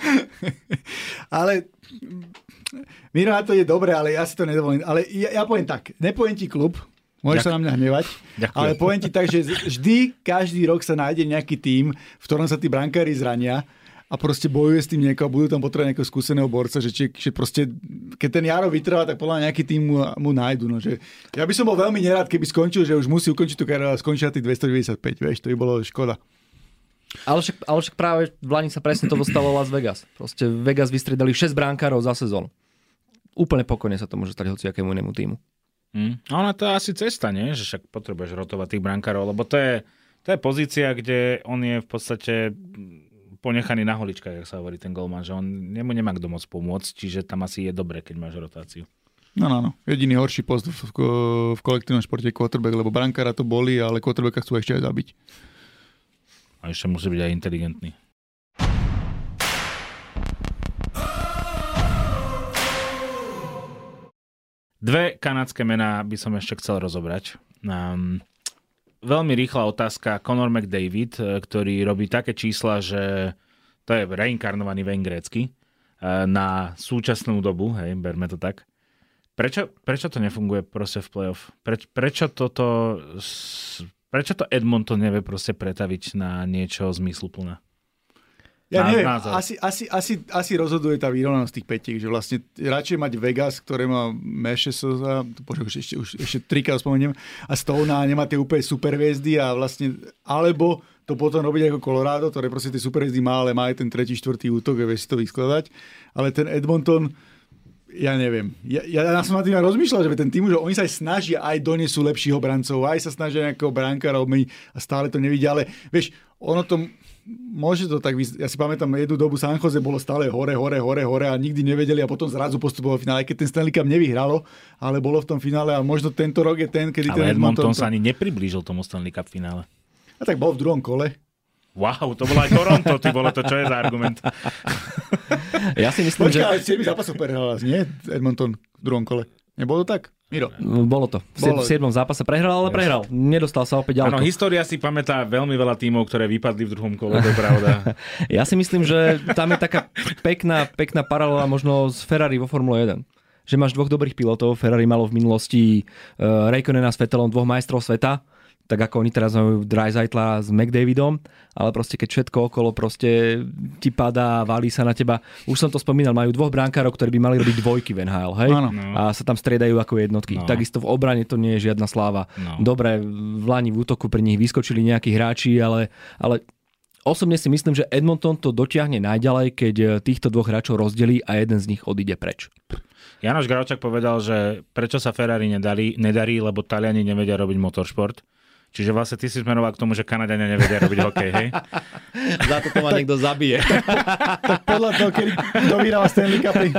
Ale Miro, na to je dobré, ale ja si to nedovolím. Ale ja, ja poviem tak, nepoviem ti klub, môžeš Ďakujem. sa na mňa hnevať, Ďakujem. ale poviem ti tak, že vždy, každý rok sa nájde nejaký tím, v ktorom sa tí brankári zrania a proste bojuje s tým niekoho, budú tam potrebovať nejakého skúseného borca, že, či, že proste, keď ten Jaro vytrvá, tak podľa nejaký tým mu, mu nájdu. No, že ja by som bol veľmi nerád, keby skončil, že už musí ukončiť tú kariéru a skončil na tých dvestodeväťdesiatpäť, vieš, to by bolo škoda. Ale však, ale však práve v Lani sa presne to dostalo Las Vegas. Proste Vegas vystriedali šesť brankárov za sezónu. Úplne pokojne sa to môže stať hociakému inému týmu. Hmm. A ona to je asi cesta, nie? Že však potrebuješ rotovať tých brankárov, lebo to je, to je pozícia, kde on je v podstate ponechaný na holičkách, jak sa hovorí ten golman, že on nemu nemá kto moc pomôcť, čiže tam asi je dobre, keď máš rotáciu. No, no, no. Jediný horší post v, v, v kolektívnom športe je quarterback, lebo brankára to boli, ale quarterbacka chcú ešte aj zabiť. A ešte musí byť aj inteligentný. Dve kanadské mená by som ešte chcel rozobrať. Um, veľmi rýchla otázka. Conor McDavid, ktorý robí také čísla, že to je reinkarnovaný Wayne Gretzky na súčasnú dobu, hej, berme to tak. Prečo, prečo to nefunguje proste v play-off? Preč, prečo toto... Prečo to Edmonton nevie proste pretaviť na niečo zmysluplné? Ja neviem, asi, asi, asi, asi rozhoduje tá výrovnanosť tých pätiek, že vlastne radšej mať Vegas, ktoré má Mešesosa, ešte, už, ešte trikrát spomeniem, a Stona nemá tie úplne superhviezdy a vlastne, alebo to potom robiť ako Colorado, ktoré proste tie superhviezdy má, ale má aj ten tretí, štvrtý útok a vie si to vyskladať. Ale ten Edmonton, ja neviem. Ja, ja som nad tým rozmýšľal, že ten tým, že oni sa aj snažia, aj donesú lepších obrancov, aj sa snažia nejakého brankára obmeniť a stále to nevidia, ale vieš, ono to môže to tak, ja si pamätám, jednu dobu San Jose bolo stále hore, hore, hore, hore a nikdy nevedeli a potom zrazu postupovalo v finále, aj keď ten Stanley Cup nevyhralo, ale bolo v tom finále a možno tento rok je ten, kedy ale ten Edmonton to... sa ani nepriblížil tomu Stanley Cup finále. A tak bol v druhom kole. Wow, to bolo aj Toronto, ty bolo to, čo je za argument? Ja si myslím, Počka, že... ale siedmy zápasov prehral, nie? Edmonton v druhom kole. Nebolo tak? Miro? Bolo to. V Bolo. siedmom zápase prehral, ale prehral. Nedostal sa opäť ďaleko. Áno, história si pamätá veľmi veľa tímov, ktoré vypadli v druhom kole, to je pravda. Ja si myslím, že tam je taká pekná, pekná paralela možno z Ferrari vo Formule jeden. Že máš dvoch dobrých pilotov. Ferrari malo v minulosti uh, Räikkönena s Vettelom, dvoch majstrov sveta, tak ako oni teraz majú Dreisaitla s McDavidom, ale proste keď všetko okolo proste ti padá, valí sa na teba. Už som to spomínal, majú dvoch brankárov, ktorí by mali robiť dvojky v en há el, hej? No. A sa tam striedajú ako jednotky. No. Takisto v obrane to nie je žiadna sláva. No. Dobre, v Lani v útoku pri nich vyskočili nejakí hráči, ale, ale osobne si myslím, že Edmonton to dotiahne najďalej, keď týchto dvoch hráčov rozdelí a jeden z nich odíde preč. Janoš Gravčák povedal, že prečo sa Ferrari nedarí, nedarí, lebo Taliani nevedia robiť motoršport. Čiže vlastne ty si smeroval k tomu, že Kanadania nevedia robiť hokej, hej? Za to to ma niekto zabije. Tak podľa toho, kedy to vyhráva Stanley Cupy.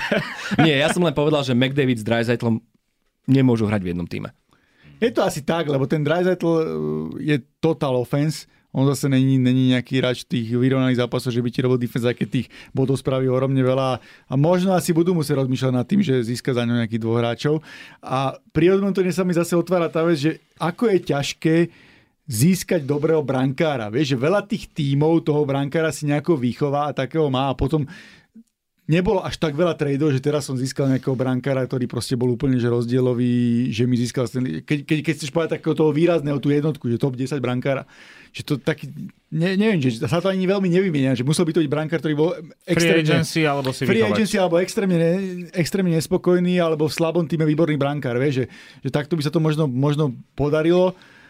Nie, ja som len povedal, že McDavid s Dreisaitlom nemôžu hrať v jednom týme. Je to asi tak, lebo ten Draisaitl je total offense. On zase není, není nejaký hráč tých vyrovnaných zápasov, že by ti robil defense, aj keď tých bodov spraví ohromne veľa. A možno asi budú musieť rozmýšľať nad tým, že získa za ňo nejakých dvoch hráčov. A pri Edmontone sa mi zase otvára tá vec, že ako je ťažké získať dobrého brankára. Vieš, že veľa tých tímov toho brankára si nejako výchová a takého má a potom nebolo až tak veľa tradeov, že teraz som získal nejakého brankára, ktorý proste bol úplne že rozdielový, že mi získal keď, keď, keď chceš povedať takého toho výrazného tú jednotku, že top desať brankára, že to taký, ne, neviem, že sa to ani veľmi nevymienia, že musel by to byť brankár, ktorý bol extrémne... Free agency, alebo si Free vychovať. agency, alebo extrémne, ne, extrémne nespokojný, alebo v slabom týme výborný brankár, vieš, že, že takto by sa to možno, možno podarilo,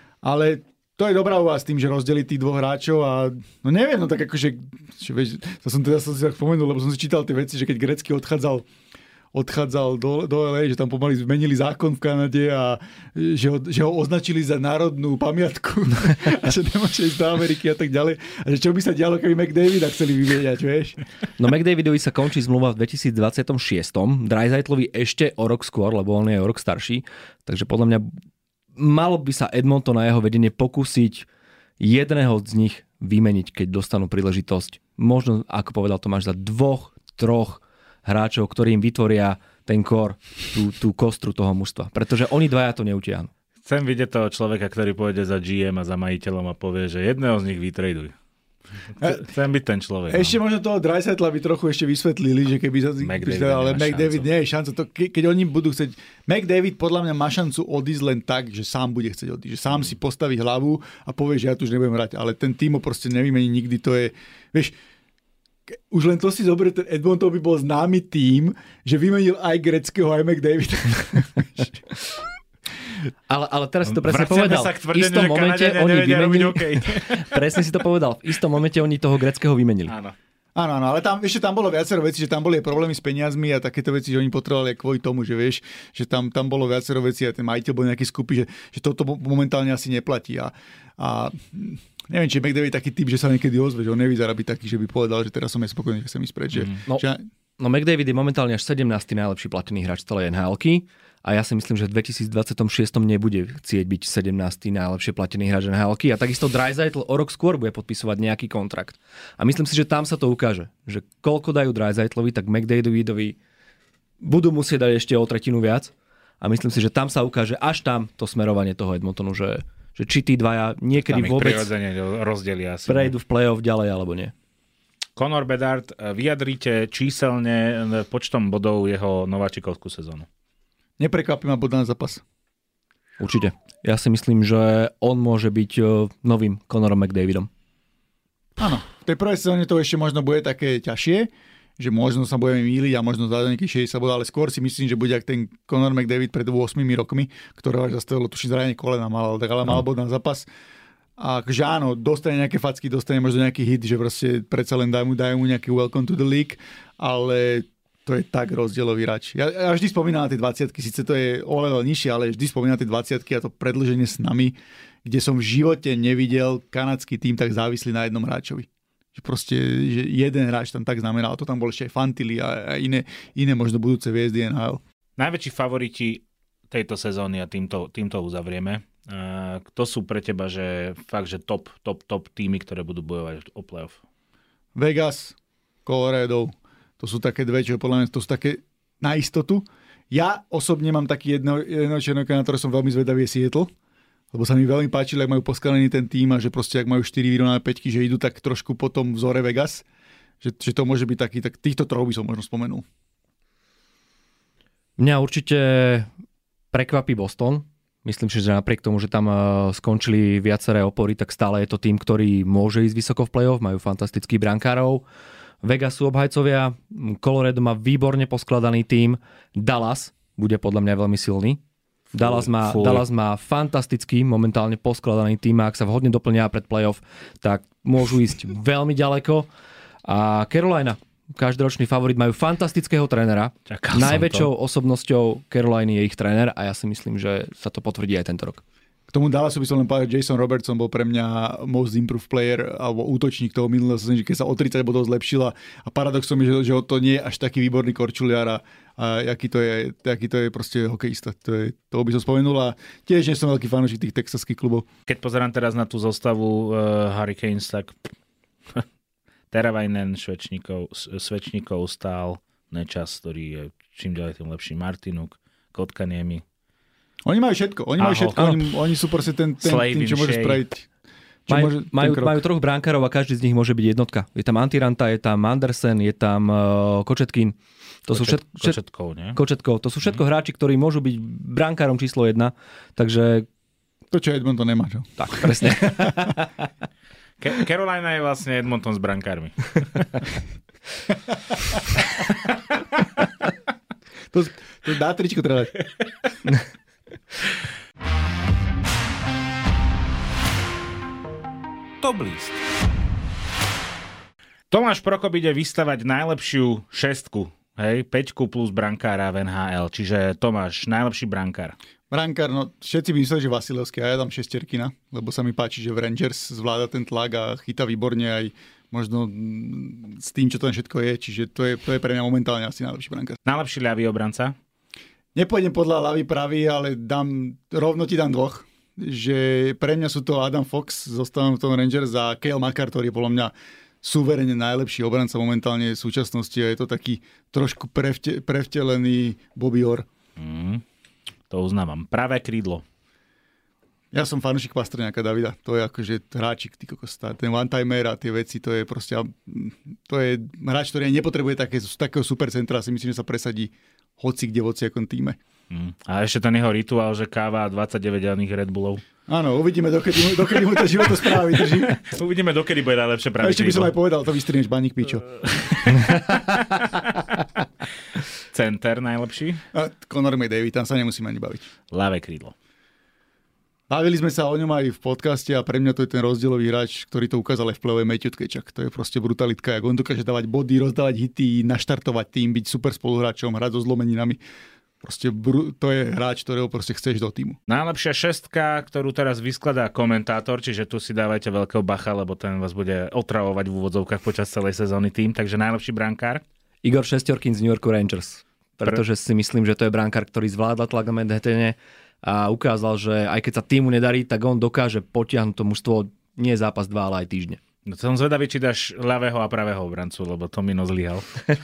ale to je dobrá u vás tým, že rozdeli tých dvoch hráčov a no neviem, no tak akože, že, vieš, to som teda som si tak spomenul, lebo som si čítal tie veci, že keď Gretzky odchádzal odchádzal do, do el ej, že tam pomaly zmenili zákon v Kanade a že ho, že ho označili za národnú pamiatku a že nemôže ísť do Ameriky a tak ďalej. A že čo by sa dialo, keby McDavida chceli vymieňať, vieš? No McDavidovi sa končí zmluva v dvetisícdvadsaťšesť. Dreisaitlovi ešte o rok skôr, lebo on je o rok starší. Takže podľa mňa malo by sa Edmonton a jeho vedenie pokúsiť jedného z nich vymeniť, keď dostanú príležitosť. Možno, ako povedal Tomáš, za dvoch, troch hráčov, ktorí im vytvoria ten kor, tú, tú kostru toho mužstva. Pretože oni dvaja to neutiahnu. Chcem vidieť toho človeka, ktorý pôjde za gé em a za majiteľom a povie, že jedného z nich vytraduj. Chcem byť ten človek. Ešte no. možno toho Dreisaitla by trochu ešte vysvetlili, že keby sa... McDavid ale nemá McDavid šancu. nie je šanca. To, ke, keď oni budú chcieť... McDavid podľa mňa má šancu odísť len tak, že sám bude chcieť odísť. Že sám si postaví hlavu a povie, že ja tu už nebudem hrať. Ale ten tým ho proste nevymení nikdy. To je... Vieš, už len to si zoberie, ten Edmonton by bol známy tým, že vymenil aj Gretzkyho, aj McDavida. Ale, ale teraz si to presne Vraciame povedal. sa k V tvrdeniu, istom že momente Kanaďania oni nevedia robiť vymenili... hokej. Presne si to povedal. V istom momente oni toho Greckého vymenili. Áno. Áno, áno, ale tam, ešte tam bolo viacero vecí, že tam boli problémy s peniazmi a takéto veci, že oni potrebovali kvôli tomu, že vieš, že tam, tam bolo viacero vecí a ten majiteľ bol nejaký skupy, že, že toto momentálne asi neplatí. A, a neviem, či McDavid je taký typ, že sa niekedy ozve, že on nevyzerá byť taký, že by povedal, že teraz som nespokojný, že chcem ísť preč. Že, No, že... no McDavid je momentálne až sedemnásty najlepší platený hráč celej en há elky. A ja si myslím, že v dvetisícdvadsaťšesť nebude chcieť byť sedemnásty najlepšie platený hráč en há elky. A takisto Draisaitl o rok skôr bude podpisovať nejaký kontrakt. A myslím si, že tam sa to ukáže. Že koľko dajú Draisaitlovi, tak McDavidovi budú musieť dať ešte o tretinu viac. A myslím si, že tam sa ukáže až tam to smerovanie toho Edmontonu, že, že či tí dvaja niekedy Tam ich vôbec prirodzene rozdelia asi. prejdú v play-off ďalej alebo nie. Conor Bedard, vyjadrite číselne počtom bodov jeho nováčikovskú sezónu. Neprekvapí ma bod na zápas. Určite. Ja si myslím, že on môže byť novým Conorom McDavidom. Áno, v tej prvej sezóne to ešte možno bude také ťažšie, že možno sa budeme mýliť a možno za nejakých šesťdesiat bodov, ale skôr si myslím, že bude ak ten Conor McDavid pred ôsmimi rokmi, ktorého až zastavilo tuším zranenie kolena, mal, ale mal bod na zápas. A že áno, dostane nejaké facky, dostane možno nejaký hit, že proste predsa len dajú mu, dajú mu nejaký welcome to the league, ale to je tak rozdielový hráč. Ja, ja vždy spomínam na tie dvadsiatky, síce to je o level nižšie, ale vždy spomínam na tie dvadsiatky a to predĺženie s nami, kde som v živote nevidel kanadský tým tak závislý na jednom hráčovi. Že proste že jeden hráč tam tak znamenal. To tam bol ešte aj Fantilli a, a iné, iné možno budúce hviezdy en há el. Najväčší favoriti tejto sezóny a týmto, týmto uzavrieme. Uh, kto sú pre teba, že fakt, že top, top, top týmy, ktoré budú bojovať o playoff? Vegas, Colorado, to sú také dve, čo podľa mňa to sú také na istotu. Ja osobne mám taký jedno, jedno černoka, na ktoré som veľmi zvedavý, je Seattle, lebo sa mi veľmi páčilo, ak majú poskalený ten tým a že proste ak majú štyri vyrovnané päťky, že idú tak trošku po tom vzore Vegas, že, že to môže byť taký, tak týchto troch by som možno spomenul. Mňa určite prekvapí Boston. Myslím si, že napriek tomu, že tam skončili viaceré opory, tak stále je to tým, ktorý môže ísť vysoko v play-off, majú fantastických brankárov. Vegas sú obhajcovia, Colorado má výborne poskladaný tím, Dallas bude podľa mňa veľmi silný. Fuj, Dallas, má, Dallas má fantastický momentálne poskladaný tím a ak sa vhodne doplňa pred play-off, tak môžu ísť veľmi ďaleko. A Carolina, každoročný favorit, majú fantastického trénera. Čakal Najväčšou osobnosťou Caroliny je ich tréner a ja si myslím, že sa to potvrdí aj tento rok. K tomu Dallasu by som len povedal, Jason Robertson bol pre mňa most improved player alebo útočník toho minulého sezóny, keď sa o tridsať bodov zlepšila a paradoxom je, že, že to nie je až taký výborný korčuliar a, a aký, to je, aký to je proste hokejista. To je, toho by som spomenul a tiež nie som veľký fanúšik tých texaských klubov. Keď pozerám teraz na tú zostavu uh, Hurricanes, tak Teravainen, Svečníkov, Svečníkov stál Nečas, ktorý je čím ďalej tým lepší, Martinuk, Kotkaniemi. Oni majú všetko, oni majú všetko, oni, oni sú proste ten, ten tým, čo môže spraviť. Čo Maj, môže, majú, majú troch brankárov a každý z nich môže byť jednotka. Je tam Antiranta, je tam Andersen, je tam uh, Kočetkin. To Kočet, sú všetko, Kočetkov, nie? Kočetkov. To sú všetko mm. hráči, ktorí môžu byť brankárom číslo jedna. Takže... To, čo Edmonton nemá, čo? Tak, presne. Ke- Carolina je vlastne Edmonton s brankármi. to, to dá tričko treba. Top list. Tomáš Prokop ide vystavať najlepšiu šestku, hej, päťku plus brankára v en há el, čiže Tomáš, najlepší brankár. Brankár, no všetci by mysleli, že Vasilevský, a ja dám šesterkina, lebo sa mi páči, že v Rangers zvláda ten tlak a chytá výborne aj možno s tým, čo to všetko je, čiže to je, to je pre mňa momentálne asi najlepší brankár. Najlepší ľavý obranca? nepôjdem podľa ľavy pravý, ale dám, rovno ti dám dvoch. Že pre mňa sú to Adam Fox zo Southampton Rangers a Cale Makar, ktorý je podľa mňa suverene najlepší obranca momentálne v súčasnosti a je to taký trošku prevte, prevtelený Bobby Orr. Mm, to uznávam. Pravé krídlo. Ja som fanúšik Pastrňáka Davida. To je akože hráčik, ty kokos, ten one-timer a tie veci, to je proste, to je hráč, ktorý nepotrebuje také, takého supercentra, si myslím, že sa presadí hoci kde, voci akom týme. Mm. A ešte ten jeho rituál, že káva a dvadsaťdeväť daných Red Bullov. Áno, uvidíme, dokedy, dokedy mu to životospráva vydrží. Uvidíme, dokedy bude najlepšie práve. A ešte by som aj povedal, to vystrihneš baník, pičo. Center najlepší? A Conor McDavid, tam sa nemusíme ani baviť. Ľavé krídlo. Bavili sme sa o ňom aj v podcaste a pre mňa to je ten rozdielový hráč, ktorý to ukázal aj v play-off Matthew Tkečuk. To je proste brutalitka, jak on dokáže dávať body, rozdávať hity, naštartovať tým, byť super spoluhráčom, hrať so zlomeninami. Proste br- to je hráč, ktorého proste chceš do týmu. Najlepšia šestka, ktorú teraz vyskladá komentátor, čiže tu si dávajte veľkého bacha, lebo ten vás bude otravovať v úvodzovkách počas celej sezóny tým. Takže najlepší brankár? Igor Šestorkin z New York Rangers. Pretože si myslím, že to je brankár, ktorý zvládla tlak na Manhattane a ukázal, že aj keď sa týmu nedarí, tak on dokáže potiahnuť to mužstvo nie zápas dva, ale aj týždne. No, som zvedavý, či dáš ľavého a pravého obrancu, lebo to mi no zlyhal.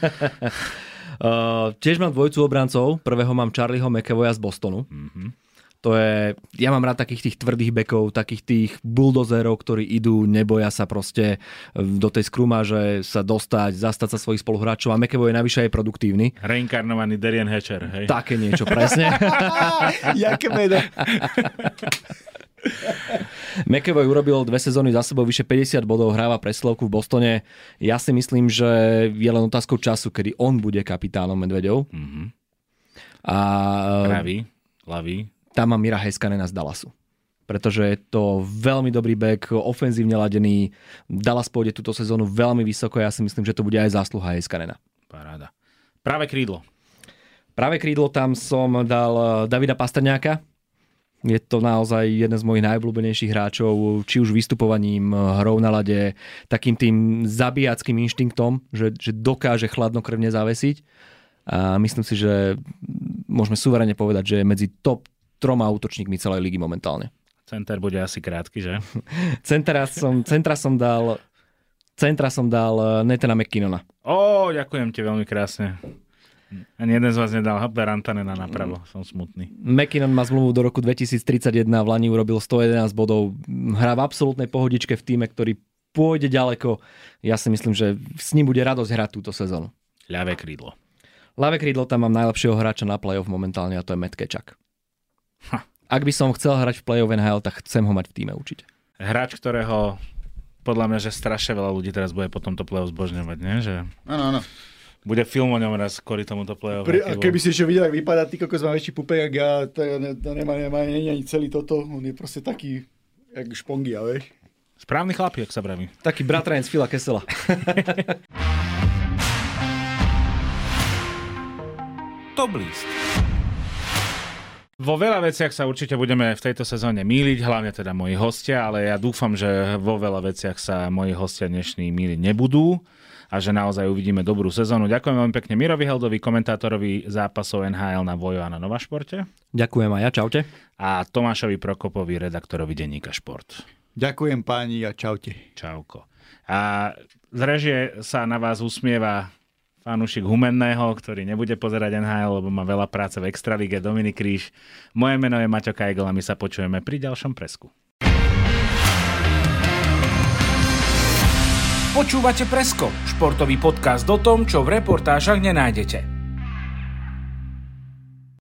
Uh, tiež mám dvojcu obrancov. Prvého mám Charlieho McAvoya z Bostonu. Mm-hmm. To je, ja mám rád takých tých tvrdých bekov, takých tých buldozerov, ktorí idú, neboja sa proste do tej skrumáže sa dostať, zastať sa svojich spoluhráčov a McAvoy je navyše aj produktívny. Reinkarnovaný Derian Hatcher, hej? Také niečo, presne. Jaké meno. McAvoy urobil dve sezóny za sebou vyše päťdesiat bodov, hráva presilovku v Bostone. Ja si myslím, že je len otázkou času, kedy on bude kapitánom Medveďov. Mm-hmm. A pravý, ľavý. Tam mám Mira Heiskanena z Dallasu. Pretože je to veľmi dobrý back, ofenzívne ladený. Dallas pôjde túto sezónu veľmi vysoko. Ja si myslím, že to bude aj zásluha Heiskanena. Paráda. Práve krídlo. Práve krídlo tam som dal Davida Pastrňáka. Je to naozaj jeden z mojich najobľúbenejších hráčov, či už vystupovaním, hrou na ľade, takým tým zabíjackým inštinktom, že, že dokáže chladnokrvne zavesiť. A myslím si, že môžeme suverene povedať, že je medzi top troma útočníkmi celej ligy momentálne. Center bude asi krátky, že? Centra som, centra som dal centra som dal Nathana McKinnona. Ó, ďakujem ti veľmi krásne. Ani jeden z vás nedal Rantanena napravo, som smutný. McKinnon má zmluvu do roku dvetisíctridsaťjeden, v lani urobil sto jedenásť bodov, hrá v absolútnej pohodičke v týme, ktorý pôjde ďaleko. Ja si myslím, že s ním bude radosť hrať túto sezónu. Ľavé krídlo. Ľavé krídlo tam mám najlepšieho hráča na play-off momentálne a to je Matt Tkečuk. Ak by som chcel hrať v play-off en há el, tak chcem ho mať v týme určite. Hráč, ktorého podľa mňa, že strašne veľa ľudí teraz bude po tomto play-off zbožňovať, nie? Že... Áno, áno. Bude film o ňom raz kvôli tomuto play-off. Pri, a keby si ešte videl, ak vypadá, ty kokos má väčší pupek, jak ja, to, to nemá, nemá, nie ani celý toto, on je proste taký, jak špongia, vieš. Správny chlap, jak sa vraví. Taký bratranec Phila Kessela. Top list. Vo veľa veciach sa určite budeme v tejto sezóne mýliť, hlavne teda moji hostia, ale ja dúfam, že vo veľa veciach sa moji hostia dnešní mýliť nebudú a že naozaj uvidíme dobrú sezónu. Ďakujem veľmi pekne Mirovi Heldovi, komentátorovi zápasov en há el na Vojo a na Novašporte. Ďakujem aj ja, čaute. A Tomášovi Prokopovi, redaktorovi denníka Šport. Ďakujem páni a čaute. Čauko. A z režie sa na vás usmieva fanúšik Humenného, ktorý nebude pozerať en há el, lebo má veľa práce v Extralíge, Dominik Ríš. Moje meno je Maťo Kajgl a my sa počujeme pri ďalšom presku. Počúvate Presko, športový podcast o tom, čo v reportážach nenájdete.